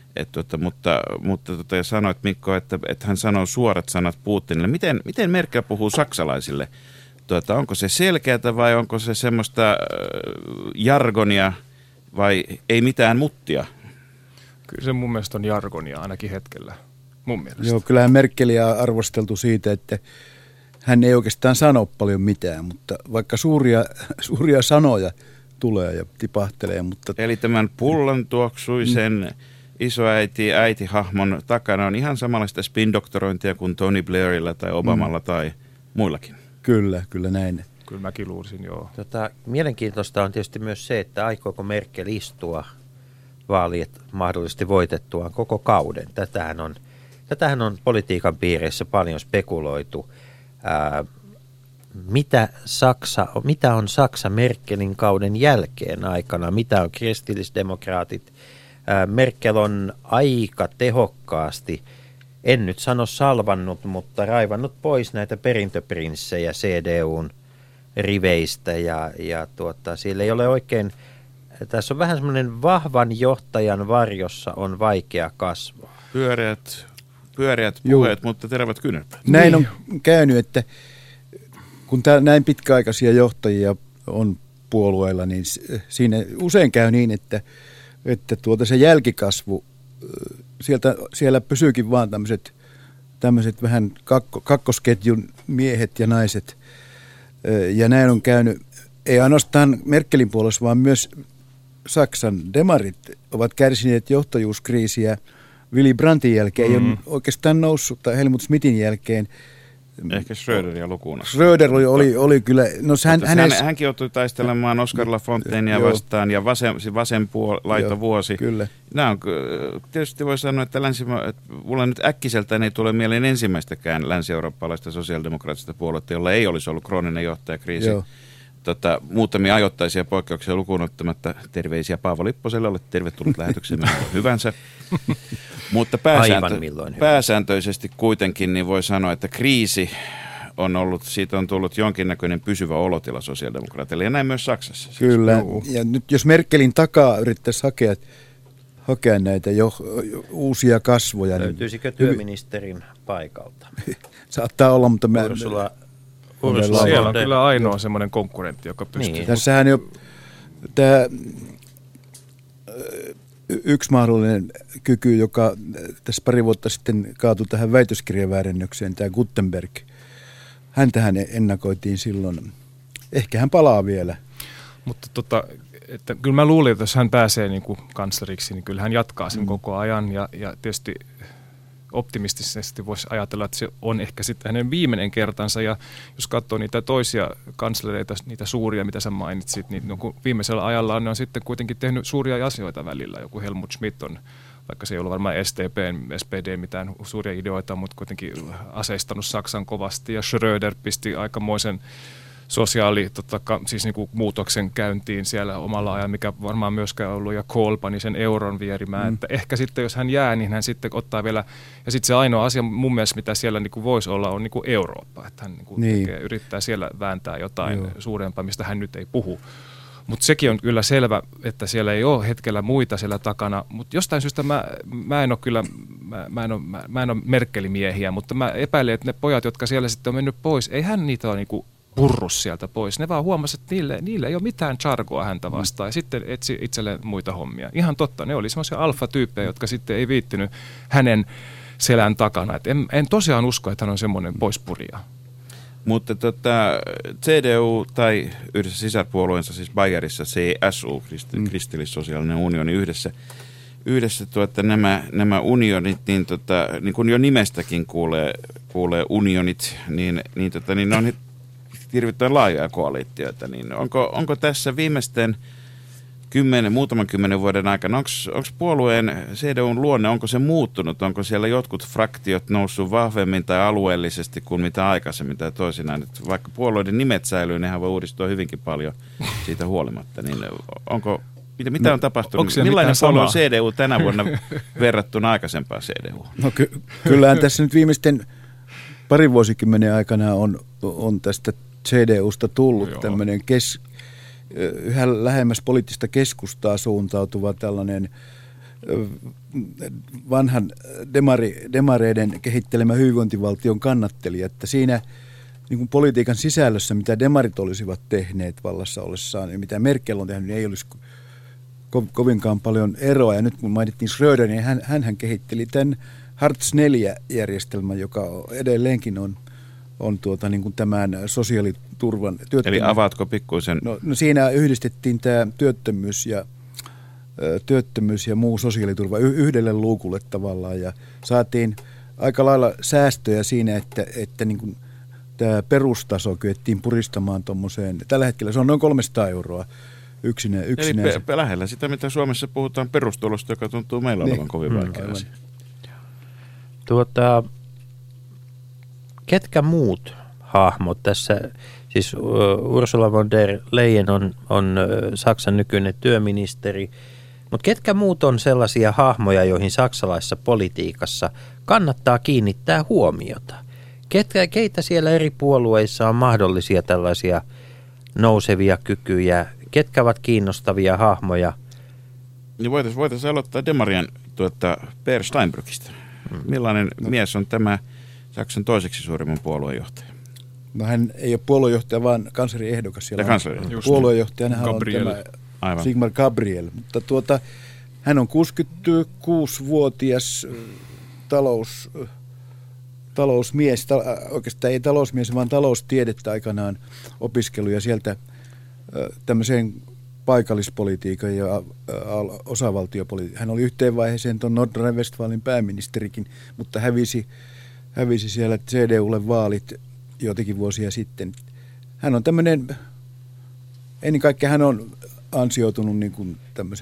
S5: mutta sanoit Mikko, että hän sanoo suorat sanat Putinille. Miten Merkel puhuu saksalaisille? Onko se selkeätä vai onko se semmoista jargonia vai ei mitään muttia?
S7: Kyllä se mun mielestä on jargonia ainakin hetkellä, mun mielestä.
S8: Joo, kyllähän Merkeliä on arvosteltu siitä, että hän ei oikeastaan sano paljon mitään, mutta vaikka suuria sanoja tulee ja tipahtelee. Mutta
S5: eli tämän pullantuoksuisen äitihahmon takana on ihan samanlaista spin-doktorointia kuin Tony Blairilla tai Obamalla tai muillakin.
S8: Kyllä näin.
S7: Kyllä mäkin luulisin, joo.
S1: Mielenkiintoista on tietysti myös se, että aikooko Merkel istua vaalit mahdollisesti voitettuaan koko kauden. Tätähän on politiikan piireissä paljon spekuloitu. Mitä on Saksa Merkelin kauden jälkeen aikana? Mitä on kristillisdemokraatit? Merkel on aika tehokkaasti, en nyt sano salvannut, mutta raivannut pois näitä perintöprinssejä CDUn riveistä ja siellä ei ole oikein, tässä on vähän semmoinen vahvan johtajan varjossa on vaikea kasvaa.
S5: Pyöreät puheet, mutta terävät kyynärpäät.
S8: Näin on käynyt, että kun näin pitkäaikaisia johtajia on puolueilla, niin siinä usein käy niin, että se jälkikasvu, siellä pysyykin vaan tämmöiset vähän kakkosketjun miehet ja naiset. Ja näin on käynyt, ei ainoastaan Merkelin puolesta, vaan myös Saksan demarit ovat kärsineet johtajuuskriisiä. Willy Brandtin jälkeen ei ole oikeastaan noussut, tai Helmut Schmidtin jälkeen.
S5: Ehkä Schröderia lukuun.
S8: Schröder oli kyllä. No,
S5: hänkin joutui taistelemaan Oscar Lafontaineia vastaan ja vasen laitovuosi.
S8: Kyllä.
S5: Nämä on, tietysti voi sanoa, että mulla nyt äkkiseltään ei tule mieleen ensimmäistäkään länsi-eurooppalaista sosiaalidemokraattista puoluetta, jolla ei olisi ollut krooninen johtajakriisi. Joo. Muutamia ajoittaisia poikkeuksia lukuun ottamatta. Terveisiä Paavo Lipposelle, olet tervetullut lähetykseen hyvänsä. Mutta pääsääntöisesti kuitenkin niin voi sanoa, että kriisi on ollut, siitä on tullut jonkinnäköinen pysyvä olotila sosiaalidemokraateille ja näin myös Saksassa.
S8: Kyllä, ja nyt jos Merkelin takaa yrittäisi hakea näitä uusia kasvoja.
S1: Löytyisikö työministerin paikalta?
S8: Saattaa olla, mutta
S7: siellä on kyllä ainoa semmoinen konkurrentti, joka pystyy.
S8: Niin. Tässähän jo tämä yksi mahdollinen kyky, joka tässä pari vuotta sitten kaatui tähän väitöskirjaväärennökseen, tämä Gutenberg. Häntähän ennakoitiin silloin. Ehkä hän palaa vielä.
S7: Mutta että kyllä mä luulin, että jos hän pääsee niin kuin kansleriksi, niin kyllä hän jatkaa sen koko ajan. Ja tietysti optimistisesti voisi ajatella, että se on ehkä sitten hänen viimeinen kertansa. Ja jos katsoo niitä toisia kanslereita, niitä suuria, mitä sä mainitsit, niin viimeisellä ajalla ne on sitten kuitenkin tehnyt suuria asioita välillä. Joku Helmut Schmidt on, vaikka se ei ollut varmaan SPD mitään suuria ideoita, mutta kuitenkin aseistanut Saksan kovasti. Ja Schröder pisti aikamoisen siis niin kuin muutoksen käyntiin siellä omalla ajan, mikä varmaan myöskään ollut, ja Kohl pani sen euron vierimään. Että ehkä sitten, jos hän jää, niin hän sitten ottaa vielä, ja sitten se ainoa asia mun mielestä, mitä siellä niin kuin voisi olla, on niin kuin Eurooppa. Että hän niin kuin yrittää siellä vääntää jotain suurempaa, mistä hän nyt ei puhu. Mutta sekin on kyllä selvä, että siellä ei ole hetkellä muita siellä takana, mutta jostain syystä mä en ole Merkelimiehiä, mutta mä epäilen, että ne pojat, jotka siellä sitten on mennyt pois, ei hän niitä ole niinku purrus sieltä pois. Ne vaan huomasivat, että niille ei ole mitään chargoa häntä vastaan ja sitten etsi itselleen muita hommia. Ihan totta, ne oli semmoisia alfa-tyyppejä, jotka sitten ei viittynyt hänen selän takana. Et en tosiaan usko, että hän on semmoinen poispurija.
S5: Mutta CDU tai yhdessä sisarpuolueensa, siis Bayerissa CSU, kristillissosiaalinen unioni, yhdessä nämä unionit, niin kun jo nimestäkin kuulee unionit, niin ne on hirvittävän laajoja koalitioita. Niin onko tässä viimeisten muutaman kymmenen vuoden aikana, onko puolueen CDUn luonne, onko se muuttunut? Onko siellä jotkut fraktiot noussut vahvemmin tai alueellisesti kuin mitä aikaisemmin tai toisinaan? Että vaikka puolueiden nimet säilyy, nehän voi uudistua hyvinkin paljon siitä huolimatta. Niin mitä on tapahtunut? Millainen puolue on CDU tänä vuonna verrattuna aikaisempaan CDU? No
S8: kyllähän tässä nyt viimeisten parin vuosikymmenen aikana on tästä CDUsta tullut tämmöinen yhä lähemmäs poliittista keskustaa suuntautuva tällainen vanhan demareiden kehittelemä hyvinvointivaltion kannattelija, että siinä niin kuin politiikan sisällössä, mitä demarit olisivat tehneet vallassa ollessaan ja mitä Merkel on tehnyt, niin ei olisi kovinkaan paljon eroa. Ja nyt kun mainittiin Schröder, niin hän kehitteli tämän Hartz 4-järjestelmän, joka edelleenkin on niin kuin tämän sosiaaliturvan
S5: Eli avaatko pikkuisen?
S8: No siinä yhdistettiin tämä työttömyys ja muu sosiaaliturva yhdelle luukulle tavallaan ja saatiin aika lailla säästöjä siinä, että niin kuin tämä perustaso kyettiin puristamaan tuommoiseen. Tällä hetkellä se on noin 300 euroa yksinään.
S5: Eli lähellä sitä, mitä Suomessa puhutaan perustulosta, joka tuntuu meillä olevan kovin vaikea asia.
S1: Ketkä muut hahmot tässä, siis Ursula von der Leyen on Saksan nykyinen työministeri, mutta ketkä muut on sellaisia hahmoja, joihin saksalaisessa politiikassa kannattaa kiinnittää huomiota? Keitä siellä eri puolueissa on mahdollisia tällaisia nousevia kykyjä, ketkä ovat kiinnostavia hahmoja.
S5: Niin voitaisiin aloittaa Demarien Per Steinbrückistä. Millainen mies on tämä Saksan toiseksi suurimman puolueenjohtaja?
S8: No hän ei ole puoluejohtaja, vaan kansleri-ehdokas. Siellä puoluejohtajana hän on tämä Sigmar Gabriel. Mutta hän on 66-vuotias talousmies, oikeastaan ei talousmies, vaan taloustiedettä aikanaan opiskellut ja sieltä tämmöiseen paikallispolitiikan ja osavaltiopolitiikan. Hän oli yhteen vaiheeseen tuon Nordrhein-Westfalen pääministerikin, mutta hävisi siellä CDUlle vaalit joitakin vuosia sitten. Hän on tämmöinen, ennen kaikkea hän on ansioitunut niin kuin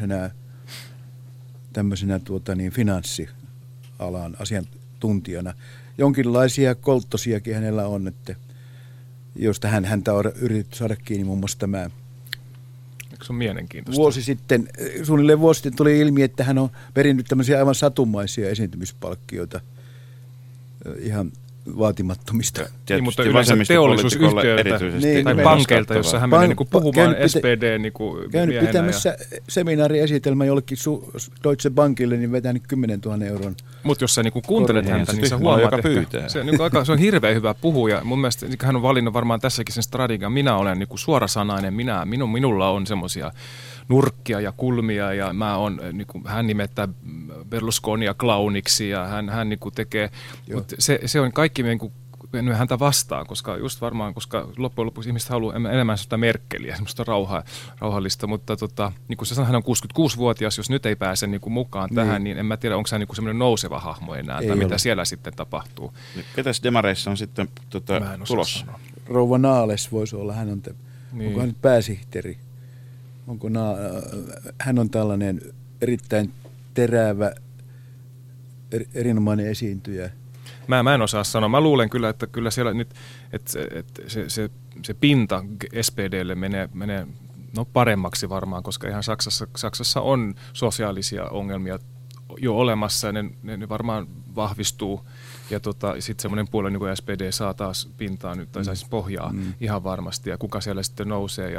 S8: tämmöisenä finanssialan asiantuntijana. Jonkinlaisia kolttosiakin hänellä on, että josta häntä on yritetty saada kiinni muun muassa tämä.
S7: Eikö se ole mielenkiintoista?
S8: Suunnilleen vuosi sitten tuli ilmi, että hän on perinnyt tämmöisiä aivan satumaisia esiintymispalkkioita ihan vaatimattomista.
S7: Niin, mutta yleensä teollisuusyhtiöiltä tai pankeilta, jossa hän menee puhumaan SPD miehenä.
S8: Käynyt pitämässä seminaariesitelmä jollekin Deutsche Bankille, niin vetänyt 10 000 euron.
S7: Mutta jos sä kuuntelet häntä, niin sä huomaat, että se on hirveän hyvä puhuja. Mun mielestä hän on valinnut varmaan tässäkin sen strategian. Minä olen suorasanainen, minulla on semmoisia nurkkia ja kulmia ja hän nimettää Berlusconia klauniksi ja hän tekee, mutta se on kaikki mennyt häntä vastaan, koska loppujen lopuksi ihmiset haluaa enemmän sitä Merkeliä, semmoista rauhallista, mutta niin kuin sä sanoit, hän on 66-vuotias, jos nyt ei pääse mukaan tähän, niin en mä tiedä, onko hän semmoinen nouseva hahmo enää, tai mitä siellä sitten tapahtuu.
S5: Ketäs demareissa on sitten tulossa?
S8: Rouva Naales voisi olla, onko hän nyt pääsihteeri? Hän on tällainen erittäin terävä, erinomainen esiintyjä.
S7: Mä en osaa sanoa. Mä luulen kyllä, että kyllä siellä nyt, että se pinta SPDlle menee paremmaksi varmaan, koska ihan Saksassa on sosiaalisia ongelmia jo olemassa ja ne varmaan vahvistuu. Ja sitten semmoinen puolue niin kuin SPD saa taas pintaa nyt, tai saisi pohjaa ihan varmasti, ja kuka siellä sitten nousee.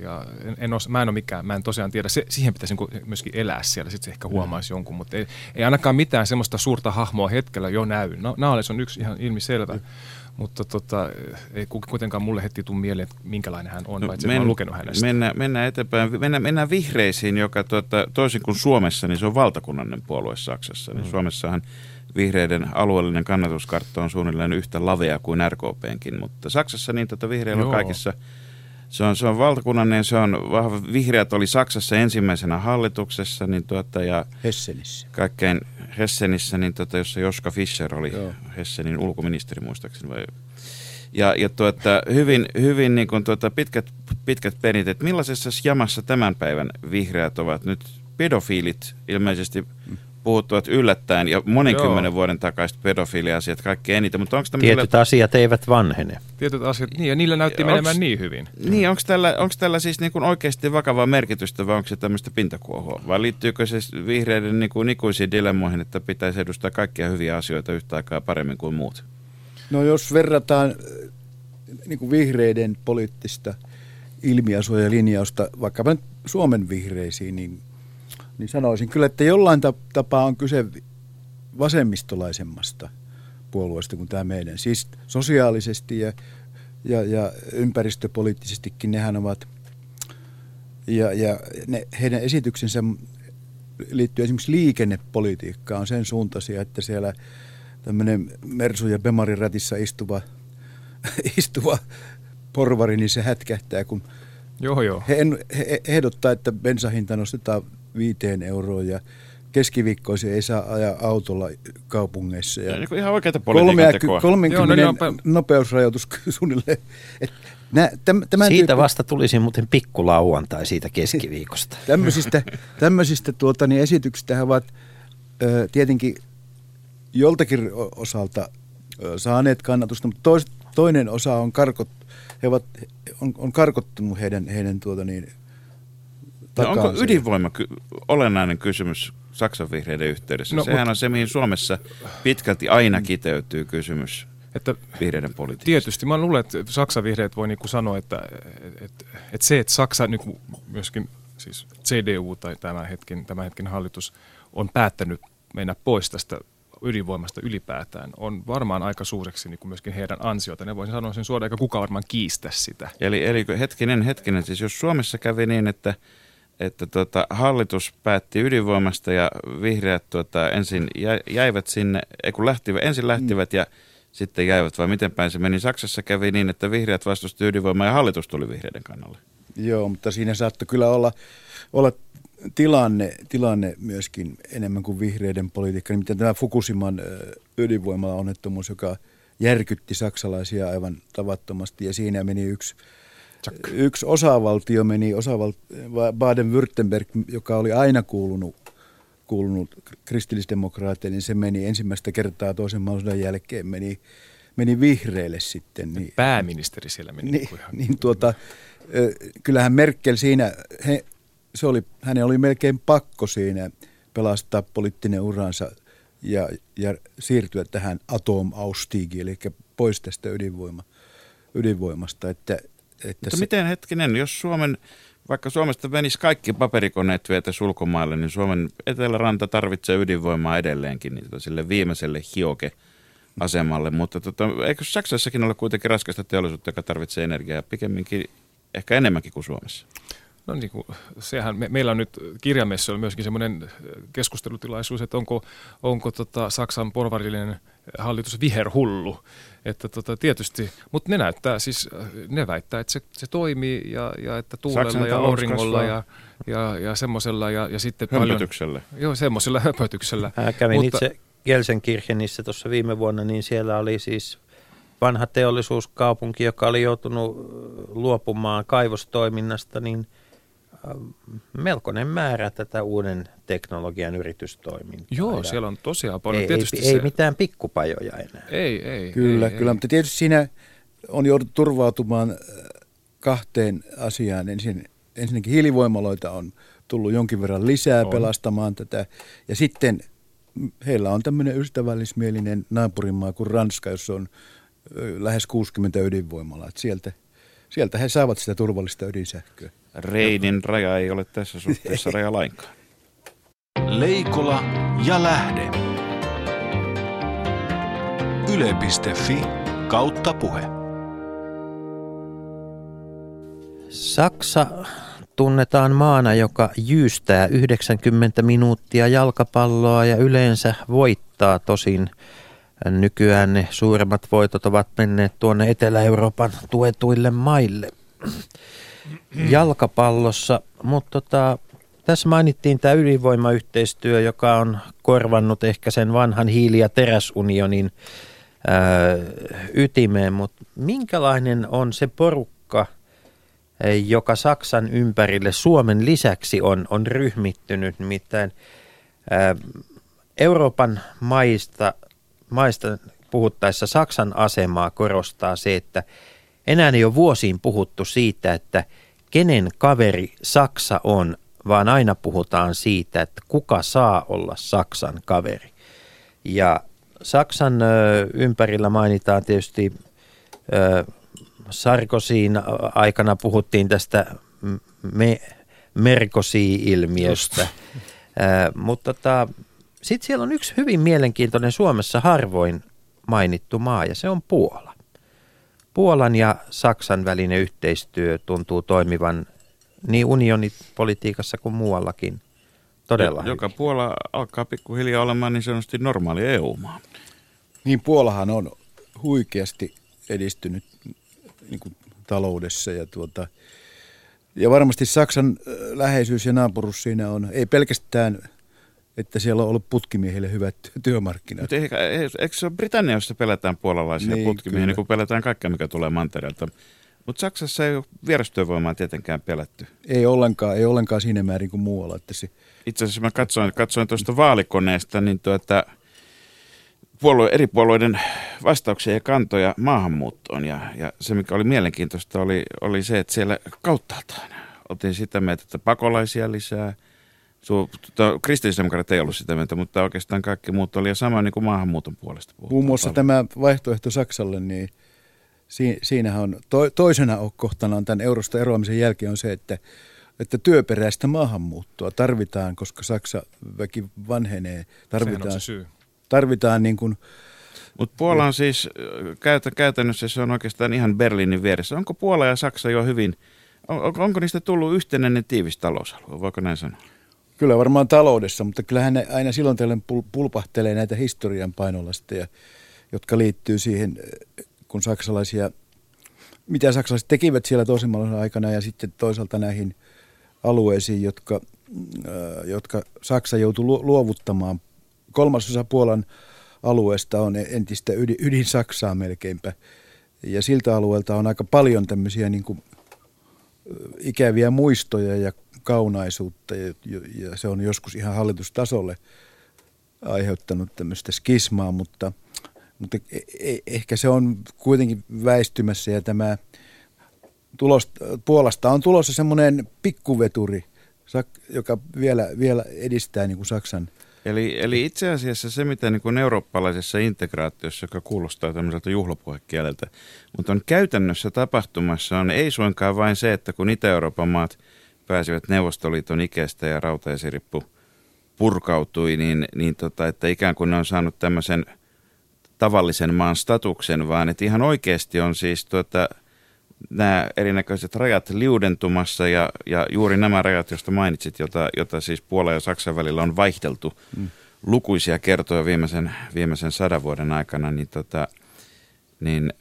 S7: Mä en tosiaan tiedä, siihen pitäisi myöskin elää siellä, sitten se ehkä huomaisi jonkun, mutta ei ainakaan mitään semmoista suurta hahmoa hetkellä jo näy. Naales on yksi ihan ilmiselvä, mutta ei kuitenkaan mulle heti tule mieleen, että minkälainen hän on, paitsi mä oon lukenut hänestä.
S5: Mennään eteenpäin. Mennään vihreisiin, joka toisin kuin Suomessa, niin se on valtakunnallinen puolue Saksassa. Niin Suomessahan vihreiden alueellinen kannatuskartta on suunnilleen yhtä lavea kuin RKP:nkin, mutta Saksassa niin vihreillä on kaikissa. Se on valtakunnallinen, se on vahva. Vihreät oli Saksassa ensimmäisenä hallituksessa niin ja
S8: Hessenissä.
S5: Kaikkein Hessenissä, niin jossa Joschka Fischer oli Hessenin ulkoministeri muistaakseni. Hyvin niin kuin pitkät perinteet. Millaisessa jamassa tämän päivän vihreät ovat nyt? Pedofiilit ilmeisesti puhuttuvat yllättäen ja monen vuoden takaiset pedofiiliasiat kaikkein eniten. Mutta
S1: tietyt asiat eivät vanhene.
S7: Tietyt asiat, niin ja niillä näytti menemään niin hyvin.
S5: Niin, onko tällä siis niin kuin oikeasti vakavaa merkitystä vai onko se tämmöistä pintakuohua? Vai liittyykö se vihreiden niin kuin ikuisiin dilemmoihin, että pitäisi edustaa kaikkia hyviä asioita yhtä aikaa paremmin kuin muut?
S8: No jos verrataan niin kuin vihreiden poliittista ilmiasua ja linjausta vaikkapa nyt Suomen vihreisiin, niin sanoisin kyllä, että jollain tapaa on kyse vasemmistolaisemmasta puolueesta kuin tämä meidän. Siis sosiaalisesti ja ympäristöpoliittisestikin nehän ovat, ja heidän esityksensä liittyy esimerkiksi liikennepolitiikkaan, on sen suuntaisia, että siellä tämmöinen Mersu ja Bemarin ratissa istuva porvari, niin se hätkähtää, kun he ehdottaa, että bensahinta nostetaan 5 euroa ja keskiviikkoisin ei saa ajaa autolla kaupungeissa. Ja
S5: ihan oikeita politiikan tekoa.
S8: 30 nopeusrajoitus suunnilleen.
S1: Siitä vasta tulisi muuten pikkulauantai siitä keskiviikosta.
S8: Tämmöisistä esityksistä he ovat tietenkin joltakin osalta saaneet kannatusta, mutta toinen osa on karkottunut heidän
S5: No onko ydinvoima olennainen kysymys Saksan vihreiden yhteydessä? Sehän on se, mihin Suomessa pitkälti aina kiteytyy kysymys. vihreiden politiikasta?
S7: Tietysti. Mä luulen, että Saksan vihreät voi niin kuin sanoa, että se, että Saksa niin kuin myöskin siis CDU tai tämän hetken hallitus on päättänyt mennä pois tästä ydinvoimasta ylipäätään, on varmaan aika suureksi niin kuin myöskin heidän ansiota. Ne voisin sanoa sen suoraan, eikä kukaan varmaan kiistä sitä.
S5: Eli hetkinen, siis jos Suomessa kävi niin, että hallitus päätti ydinvoimasta ja vihreät ensin jäivät sinne, ensin lähtivät ja sitten jäivät, vai miten päin se meni? Saksassa kävi niin, että vihreät vastusti ydinvoimaa ja hallitus tuli vihreiden kannalle. Joo,
S8: mutta siinä saattoi kyllä olla tilanne myöskin enemmän kuin vihreiden politiikka. Nimittäin tämä Fukushiman ydinvoimala-onnettomuus, joka järkytti saksalaisia aivan tavattomasti, ja siinä meni yksi osavaltio, Baden-Württemberg, joka oli aina kuulunut kristillisdemokraateille, niin se meni ensimmäistä kertaa toisen maailmansodan jälkeen, meni vihreille sitten. Niin,
S7: pääministeri siellä meni.
S8: Kyllähän Merkel siinä, hänen oli melkein pakko siinä pelastaa poliittinen uransa ja siirtyä tähän Atomausstiegiin, eli pois tästä ydinvoimasta.
S5: Mutta miten hetkinen, jos vaikka Suomesta venisi kaikki paperikoneet vietäisi ulkomaille, niin Suomen eteläranta tarvitsee ydinvoimaa edelleenkin niin sille viimeiselle hioke-asemalle. Mutta eikö Saksassakin ole kuitenkin raskasta teollisuutta, joka tarvitsee energiaa pikemminkin, ehkä enemmänkin kuin Suomessa?
S7: No niin kuin, sehän meillä on nyt kirjamessa myöskin semmoinen keskustelutilaisuus, että onko Saksan porvarillinen hallitus viherhullu. Että tietysti, mutta ne väittää, että se toimii ja että tuulella Saksan ja auringolla ja semmoisella ja sitten
S5: hömpötyksellä.
S7: Joo, semmoisella hömpötyksellä.
S1: Kävin itse Gelsenkirchenissä tuossa viime vuonna, niin siellä oli siis vanha teollisuuskaupunki, joka oli joutunut luopumaan kaivostoiminnasta, niin melkoinen määrä tätä uuden teknologian yritystoimintaa.
S7: Joo, siellä on tosiaan paljon.
S1: Ei mitään pikkupajoja enää.
S7: Ei.
S8: Kyllä, mutta tietysti siinä on jouduttu turvautumaan kahteen asiaan. Ensinnäkin hiilivoimaloita on tullut jonkin verran lisää pelastamaan tätä, ja sitten heillä on tämmöinen ystävällismielinen naapurimaa kuin Ranska, jossa on lähes 60 ydinvoimalaa. Sieltä he saavat sitä turvallista ydinsähköä.
S5: Reinin raja ei ole tässä suhteessa raja lainkaan.
S3: Leikola ja Lähde. Yle.fi/puhe.
S1: Saksa tunnetaan maana, joka jyystää 90 minuuttia jalkapalloa ja yleensä voittaa. Tosin nykyään ne suuremmat voitot ovat menneet tuonne Etelä-Euroopan tuetuille maille jalkapallossa, mutta tässä mainittiin tämä ydinvoimayhteistyö, joka on korvannut ehkä sen vanhan hiili- ja teräsunionin ytimeen, mutta minkälainen on se porukka, joka Saksan ympärille Suomen lisäksi on ryhmittynyt, nimittäin Euroopan maista puhuttaessa Saksan asemaa korostaa se, että enää ei ole vuosiin puhuttu siitä, että kenen kaveri Saksa on, vaan aina puhutaan siitä, että kuka saa olla Saksan kaveri. Ja Saksan ympärillä mainitaan tietysti Sarkozyn aikana puhuttiin tästä Merkozy-ilmiöstä, mutta sitten siellä on yksi hyvin mielenkiintoinen Suomessa harvoin mainittu maa, ja se on Puola. Puolan ja Saksan välinen yhteistyö tuntuu toimivan niin unionipolitiikassa kuin muuallakin todella hyvin.
S5: Joka Puola alkaa pikkuhiljaa olemaan niin sanotusti normaali EU-maa.
S8: Niin, Puolahan on huikeasti edistynyt niin kuin taloudessa ja varmasti Saksan läheisyys ja naapuruus siinä on, ei pelkästään, että siellä on ollut putkimiehille hyvät työmarkkinat.
S5: Mutta eikö se ole Britannia, jossa pelätään puolalaisia putkimiehiä, niin kuin pelätään kaikkea, mikä tulee mantereelta. Mutta Saksassa ei ole vierastyövoimaa tietenkään pelätty.
S8: Ei ollenkaan siinä määrin kuin muualla. Että
S5: itse asiassa mä katsoin tuosta vaalikoneesta, niin eri puolueiden vastauksia ja kantoja maahanmuuttoon. Ja se, mikä oli mielenkiintoista, oli se, että siellä kauttaaltaan oltiin sitä mieltä, että pakolaisia lisää, Kristillisdemokraatit ei ollut sitä mieltä, mutta oikeastaan kaikki muut oli ja sama niin kuin maahanmuuton puolesta.
S8: Muun muassa tämä vaihtoehto Saksalle, niin siinähän on toisena kohtanaan tämän eurosta eroamisen jälkeen on se, että työperäistä maahanmuuttoa tarvitaan, koska Saksa väki vanhenee. Tarvitaan niin kuin...
S5: Mutta Puola on siis, käytännössä se on oikeastaan ihan Berliinin vieressä. Onko Puola ja Saksa jo hyvin, onko niistä tullut yhtenäinen tiivis talousalue, voiko näin sanoa?
S8: Kyllä varmaan taloudessa, mutta kyllähän ne aina silloin tällöin pulpahtelee näitä historian painolasteja, jotka liittyy siihen, kun mitä saksalaiset tekivät siellä toisen maailmansodan aikana ja sitten toisaalta näihin alueisiin, jotka Saksa joutui luovuttamaan. 3/3 Puolan alueesta on entistä ydin Saksaa melkeinpä. Ja siltä alueelta on aika paljon tämmöisiä niin kuin ikäviä muistoja ja kaunaisuutta. Ja se on joskus ihan hallitustasolle aiheuttanut tämmöistä skismaa, mutta ehkä se on kuitenkin väistymässä. Ja tämä Puolasta on tulossa semmoinen pikkuveturi, joka vielä edistää niin kuin Saksan.
S5: Eli itse asiassa se, mitä niin kuin eurooppalaisessa integraatiossa, joka kuulostaa tämmöiseltä juhlapuhekieleltä, mutta on käytännössä tapahtumassa, on ei suinkaan vain se, että kun Itä-Euroopan maat pääsivät Neuvostoliiton ikestä ja rautaesirippu purkautui, että ikään kuin ne on saanut tämmöisen tavallisen maan statuksen, vaan että ihan oikeasti on siis nämä erinäköiset rajat liudentumassa ja juuri nämä rajat, joista mainitsit, jota siis Puolan ja Saksan välillä on vaihdeltu lukuisia kertoja viimeisen 100 vuoden aikana, niin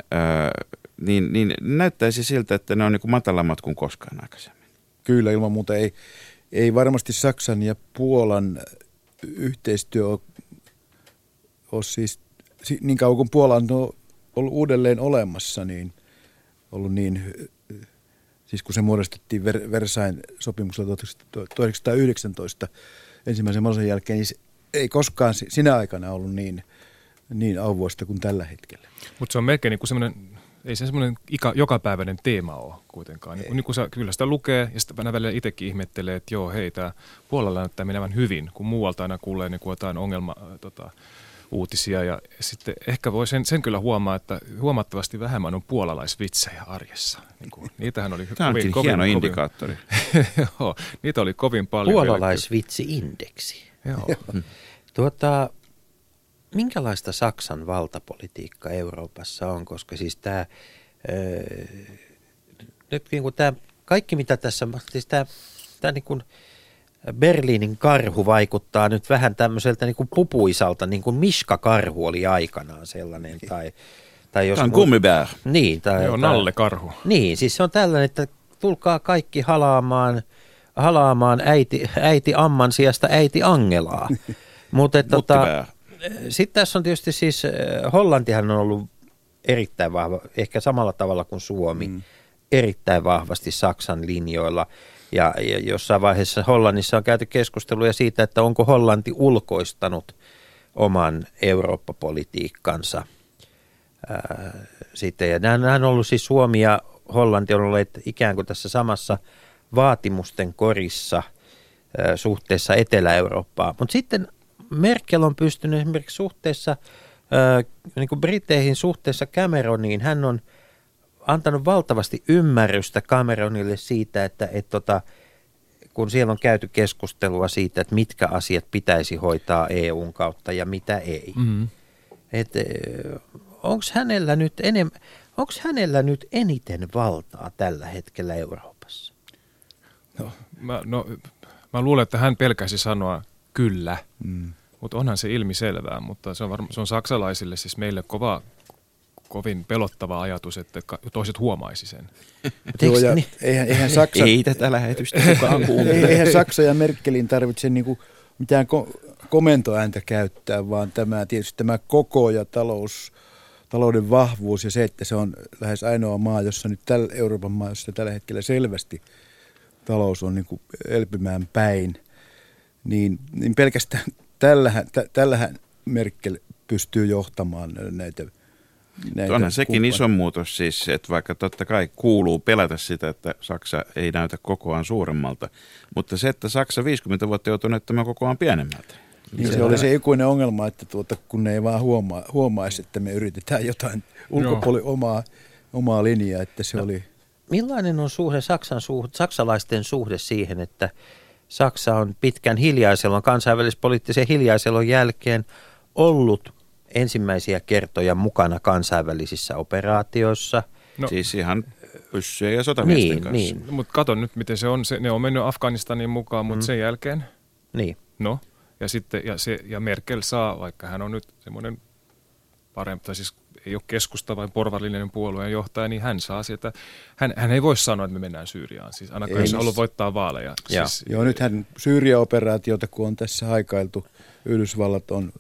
S5: näyttäisi siltä, että ne on niin kuin matalammat kuin koskaan aikaisemmin.
S8: Kyllä, ilman muuta ei varmasti Saksan ja Puolan yhteistyö ole siis, niin kauan kuin Puola on ollut uudelleen olemassa, niin ollut niin, siis kun se muodostettiin Versailles sopimuksella 1919 ensimmäisen maailmansodan jälkeen, niin se ei koskaan sinä aikana ollut niin auvoista kuin tällä hetkellä.
S7: Mutta se on melkein niin kuin semmoinen, ei se semmoinen jokapäiväinen teema ole kuitenkaan. Niin kuin kyllä sitä lukee ja sitten välillä itsekin ihmettelee, että joo hei, tämä Puolalla näyttää menevän hyvin, kun muualta aina kuulee niin kuin jotain uutisia ja sitten ehkä voi sen kyllä huomaa, että huomattavasti vähemmän on puolalaisvitsejä arjessa. Niin kuin, niitähän oli
S5: tämä onkin hieno indikaattori.
S7: Joo, niitä oli kovin paljon.
S1: Puolalaisvitsi-indeksi.
S7: Joo.
S1: Minkälaista Saksan valtapolitiikka Euroopassa on, koska siis tämä kaikki mitä tässä, siis tämä niin kuin Berliinin karhu vaikuttaa nyt vähän tämmöiseltä niin kuin pupuisalta, niin kuin Miska-karhu oli aikanaan sellainen. Tai jos
S5: tämä on Gummibär.
S1: Niin.
S7: Joo, Nalle-karhu.
S1: Niin, siis se on tällainen, että tulkaa kaikki halaamaan äiti Amman sijasta äiti Angelaa. Mutta sitten tässä on tietysti siis, Hollantihan on ollut erittäin vahva, ehkä samalla tavalla kuin Suomi, erittäin vahvasti Saksan linjoilla. Ja jossain vaiheessa Hollannissa on käyty keskusteluja siitä, että onko Hollanti ulkoistanut oman Eurooppa-politiikkansa. Sitten, ja nämä on ollut siis Suomi ja Hollanti on ollut ikään kuin tässä samassa vaatimusten korissa suhteessa Etelä-Eurooppaan. Mutta sitten Merkel on pystynyt esimerkiksi suhteessa niin kuin Briteihin suhteessa Cameroniin, hän on antanut valtavasti ymmärrystä Cameronille siitä, että kun siellä on käyty keskustelua siitä, että mitkä asiat pitäisi hoitaa EUn kautta ja mitä ei. Mm-hmm. Onko hänellä nyt eniten valtaa tällä hetkellä Euroopassa?
S7: Mä luulen, että hän pelkäsi sanoa kyllä, mutta onhan se ilmiselvää, mutta se on saksalaisille, siis meille kovin pelottava ajatus, että toiset huomaisi sen.
S8: Joo, ja eihän Saksa,
S5: ei tätä lähetystä kukaan kuuntele.
S8: Eihän Saksa ja Merkelin tarvitse niinku mitään komentoääntä käyttää, vaan tietysti tämä koko ja talouden vahvuus ja se, että se on lähes ainoa maa, jossa nyt Euroopan maa, jossa tällä hetkellä selvästi talous on niinku elpymään päin, niin pelkästään tällähän Merkel pystyy johtamaan näitä
S5: Onhan sekin iso muutos siis, että vaikka totta kai kuuluu pelätä sitä, että Saksa ei näytä kokoaan suuremmalta, mutta se, että Saksa 50 vuotta joutuu näyttämään kokoaan pienemmältä.
S8: Niin se oli se ikuinen ongelma, että kun ne ei vaan huomaisi, että me yritetään jotain omaa linjaa, että se oli...
S1: Millainen on saksalaisten suhde siihen, että Saksa on pitkän hiljaiselon, kansainvälispoliittisen hiljaiselon jälkeen ollut ensimmäisiä kertoja mukana kansainvälisissä operaatioissa?
S5: No, siis ihan pyssyjä ja sotamiesten kanssa.
S7: Niin. Mutta kato nyt, miten se on. Ne on mennyt Afganistaniin mukaan, mutta sen jälkeen...
S1: Niin.
S7: No, ja sitten ja Merkel saa, vaikka hän on nyt semmoinen parempi, tai siis ei ole keskusta vai porvarillinen puolueen johtaja, niin hän saa sieltä, hän ei voi sanoa, että me mennään Syyriaan, siis ainakaan jos haluaa voittaa vaaleja. Siis,
S8: joo, nythän Syyria-operaatiota, kun on tässä haikailtu, Yhdysvallat on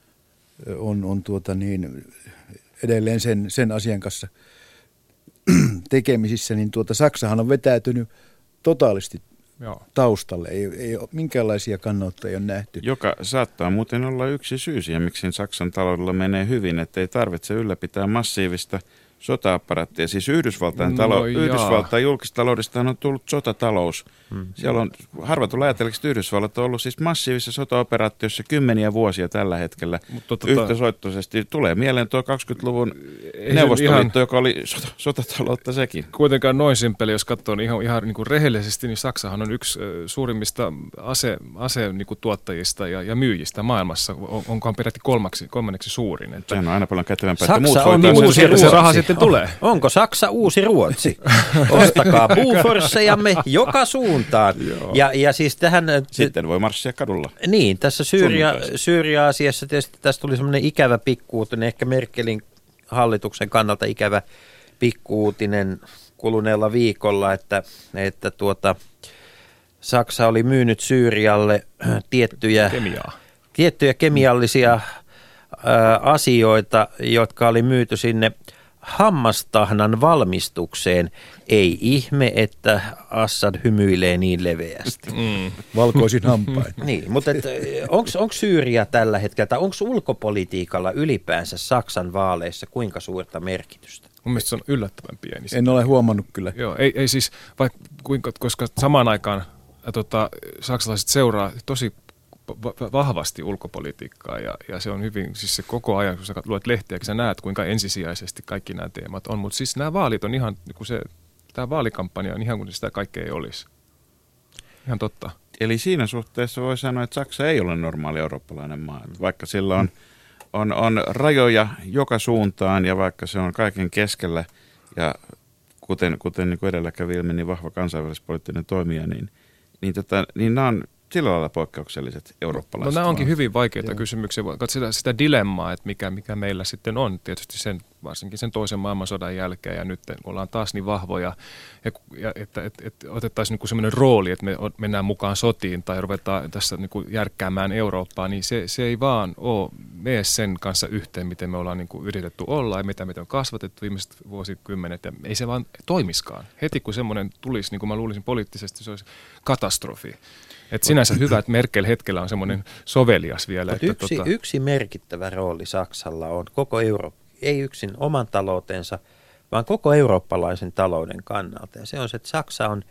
S8: edelleen sen asian kanssa tekemisissä, niin Saksahan on vetäytynyt totaalisti taustalle. Ei ole minkäänlaisia kannanottoja ole nähty.
S5: Joka saattaa muuten olla yksi syy siihen, miksi Saksan taloudella menee hyvin, että ei tarvitse ylläpitää massiivista sota-apparaattia. Siis Yhdysvaltain julkistaloudestahan on tullut sotatalous. Siellä on harva tulee ajatelleeksi, että Yhdysvallat on ollut siis massiivisessa sotaoperaatiossa kymmeniä vuosia tällä hetkellä. Yhtäsoittoisesti tulee mieleen tuo 20-luvun Neuvostoliitto, joka oli sotataloutta sekin.
S7: Kuitenkaan noin simppeli, jos katsoo niin ihan niin kuin rehellisesti, niin Saksahan on yksi suurimmista niin kuin tuottajista ja myyjistä maailmassa. Onkohan peräti kolmanneksi suurin. Että
S5: sehän on aina paljon kätevämpää,
S1: että
S5: muut
S7: hoitaa se raha sitten tulee.
S1: Onko Saksa uusi Ruotsi? Ostakaa Boforsejamme joka suuntaan. Ja siis tähän...
S5: Sitten voi marssia kadulla.
S1: Niin, tässä Syyria-asiassa tietysti tästä tuli semmoinen ikävä pikkuutinen, ehkä Merkelin hallituksen kannalta ikävä pikkuutinen kuluneella viikolla, että Saksa oli myynyt Syyrialle tiettyjä kemiallisia asioita, jotka oli myyty sinne hammastahnan valmistukseen. Ei ihme, että Assad hymyilee niin leveästi.
S8: Valkoisin hampain.
S1: Niin, mutta onko Syyria tällä hetkellä, tai onko ulkopolitiikalla ylipäänsä Saksan vaaleissa kuinka suurta merkitystä?
S7: Mun mielestä se on yllättävän pieni.
S8: En ole huomannut kyllä.
S7: Joo, ei siis, koska samaan aikaan saksalaiset seuraa tosi vahvasti ulkopolitiikkaa ja se on hyvin, siis se koko ajan, kun sä luet lehtiäkin, sä näet, kuinka ensisijaisesti kaikki nämä teemat on, mutta siis nämä vaalit on ihan, kun tämä vaalikampanja on ihan kuin sitä kaikkea ei olisi. Ihan totta.
S5: Eli siinä suhteessa voi sanoa, että Saksa ei ole normaali eurooppalainen maa, vaikka sillä on rajoja joka suuntaan ja vaikka se on kaiken keskellä ja kuten niin kuin edellä kävi ilmi, niin vahva kansainvälispoliittinen toimija, niin nämä on sillä lailla poikkeukselliset eurooppalaiset.
S7: No nämä onkin hyvin vaikeita kysymyksiä. Katsotaan sitä dilemmaa, että mikä meillä sitten on tietysti varsinkin sen toisen maailmansodan jälkeen ja nyt kun ollaan taas niin vahvoja, että otettaisiin niin sellainen rooli, että me mennään mukaan sotiin tai ruvetaan tässä niin järkkäämään Eurooppaa, niin se ei vaan mene sen kanssa yhteen, miten me ollaan niin yritetty olla ja mitä on kasvatettu viimeiset vuosikymmenet ja ei se vaan toimiskaan. Heti kun semmoinen tulisi, niin kuin mä luulisin poliittisesti, se olisi katastrofi. Että sinänsä hyvä, että Merkel hetkellä on semmoinen sovelias vielä. Että
S1: yksi merkittävä rooli Saksalla on koko Eurooppa, ei yksin oman taloutensa, vaan koko eurooppalaisen talouden kannalta. Ja se on se, että Saksa on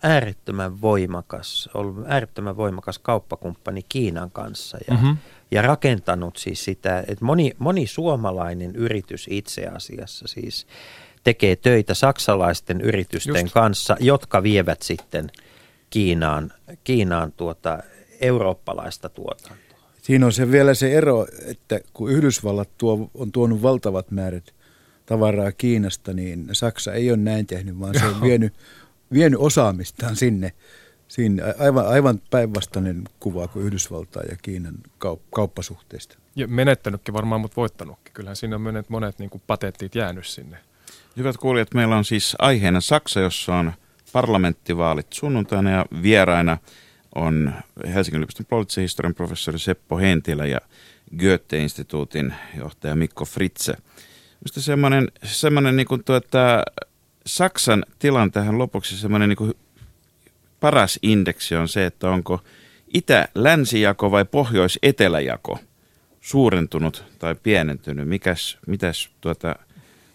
S1: ollut äärettömän voimakas kauppakumppani Kiinan kanssa ja rakentanut siis sitä, että moni suomalainen yritys itse asiassa siis tekee töitä saksalaisten yritysten kanssa, jotka vievät sitten Kiinaan eurooppalaista tuotantoa.
S8: Siinä on vielä se ero, että kun Yhdysvallat on tuonut valtavat määrät tavaraa Kiinasta, niin Saksa ei ole näin tehnyt, vaan se on vienyt osaamistaan sinne. Siinä aivan päinvastainen kuva kuin Yhdysvaltain ja Kiinan kauppasuhteista.
S7: Ja menettänytkin varmaan, mutta voittanutkin. Kyllähän siinä on monet niin kuin patentit jäänyt sinne.
S5: Hyvät kuulijat, meillä on siis aiheena Saksa, jossa on parlamenttivaalit sunnuntaina ja vieraina on Helsingin yliopiston poliittisen historian professori Seppo Hentilä ja Goethe-instituutin johtaja Mikko Fritze. Minusta semmoinen niin kuin Saksan tilan tähän lopuksi semmoinen niin kuin paras indeksi on se, että onko itä-länsijako vai pohjois-eteläjako suurentunut tai pienentynyt. Mitäs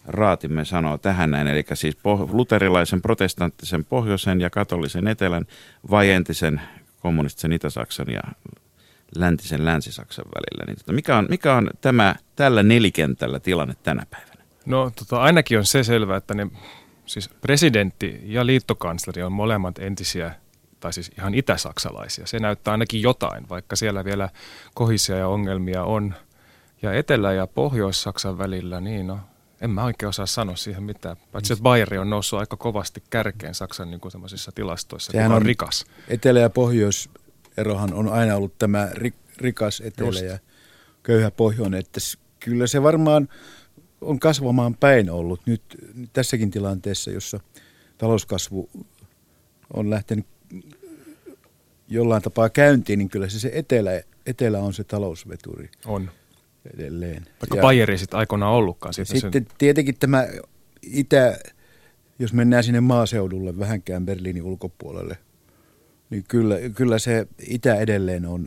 S5: raatimme sanoo tähän näin, eli siis luterilaisen protestanttisen pohjoisen ja katolisen etelän vai entisen kommunistisen Itä-Saksan ja läntisen Länsi-Saksan välillä. Niin mikä on tällä nelikentällä tilanne tänä päivänä?
S7: No ainakin on se selvä, että siis presidentti ja liittokansleri on molemmat entisiä, tai siis ihan itäsaksalaisia. Se näyttää ainakin jotain, vaikka siellä vielä kohisia ja ongelmia on. Ja Etelä- ja Pohjois-Saksan välillä, niin en mä oikein osaa sanoa siihen mitään. Paitsi että Bayern on noussut aika kovasti kärkeen Saksan niin kuin tämmöisissä tilastoissa, joka on rikas.
S8: Etelä- ja Pohjois-erohan on aina ollut tämä rikas etelä ja köyhä pohjoinen. Että kyllä se varmaan on kasvamaan päin ollut nyt tässäkin tilanteessa, jossa talouskasvu on lähtenyt jollain tapaa käyntiin, niin kyllä se etelä on se talousveturi.
S7: On.
S8: Edelleen.
S7: Vaikka Bayern sitten aikoinaan ollutkaan.
S8: Sitten tietenkin tämä jos mennään sinne maaseudulle vähänkään Berliinin ulkopuolelle, niin kyllä se itä edelleen on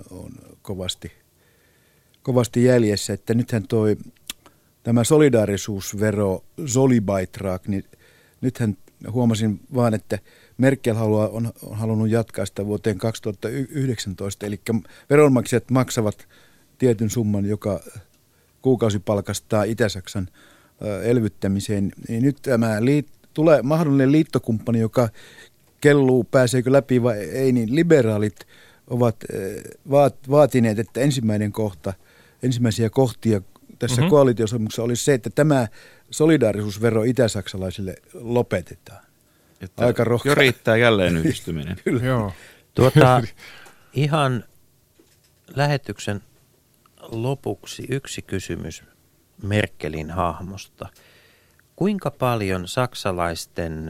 S8: kovasti jäljessä. Että nythän tämä solidaarisuusvero, Solibeitrag, niin nythän huomasin vaan, että Merkel on halunnut jatkaa sitä vuoteen 2019, eli veronmaksajat maksavat tietyn summan, joka kuukausipalkastaa Itä-Saksan elvyttämiseen. Niin nyt tämä tulee mahdollinen liittokumppani, joka kelluu, pääseekö läpi vai ei, niin liberaalit ovat vaatineet, että ensimmäisiä kohtia tässä koalitiosopimuksessa olisi se, että tämä solidaarisuusvero itäsaksalaisille lopetetaan.
S5: Että aika rohkea. Jo riittää jälleen yhdistyminen.
S7: Kyllä. Joo.
S1: Ihan lähetyksen lopuksi yksi kysymys Merkelin hahmosta. Kuinka paljon saksalaisten,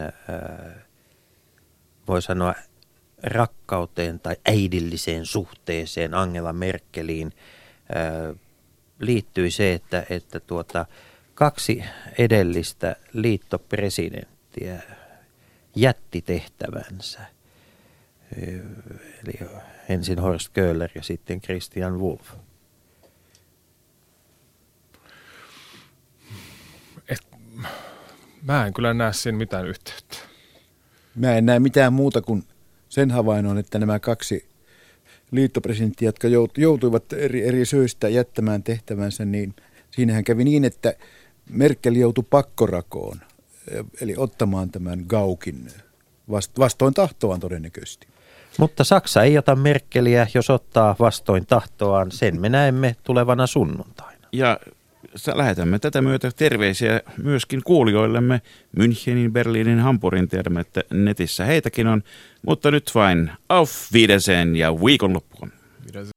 S1: voi sanoa, rakkauteen tai äidilliseen suhteeseen Angela Merkeliin liittyi se, että kaksi edellistä liittopresidenttiä jätti tehtävänsä. Eli ensin Horst Köhler ja sitten Christian Wulff.
S7: Mä en kyllä näe siinä mitään yhteyttä.
S8: Mä en näe mitään muuta kuin sen havainnon, että nämä kaksi liittopresidenttiä, jotka joutuivat eri syistä jättämään tehtävänsä, niin siinähän kävi niin, että Merkel joutui pakkorakoon, eli ottamaan tämän Gaukin vastoin tahtoaan todennäköisesti.
S1: Mutta Saksa ei ota Merkeliä, jos ottaa vastoin tahtoaan. Sen me näemme tulevana sunnuntaina.
S5: Ja lähetämme tätä myötä terveisiä myöskin kuulijoillemme Münchenin, Berliinin, Hampurin. Tiedämme, että netissä heitäkin on. Mutta nyt vain auf Wiedersehen ja viikonloppuun.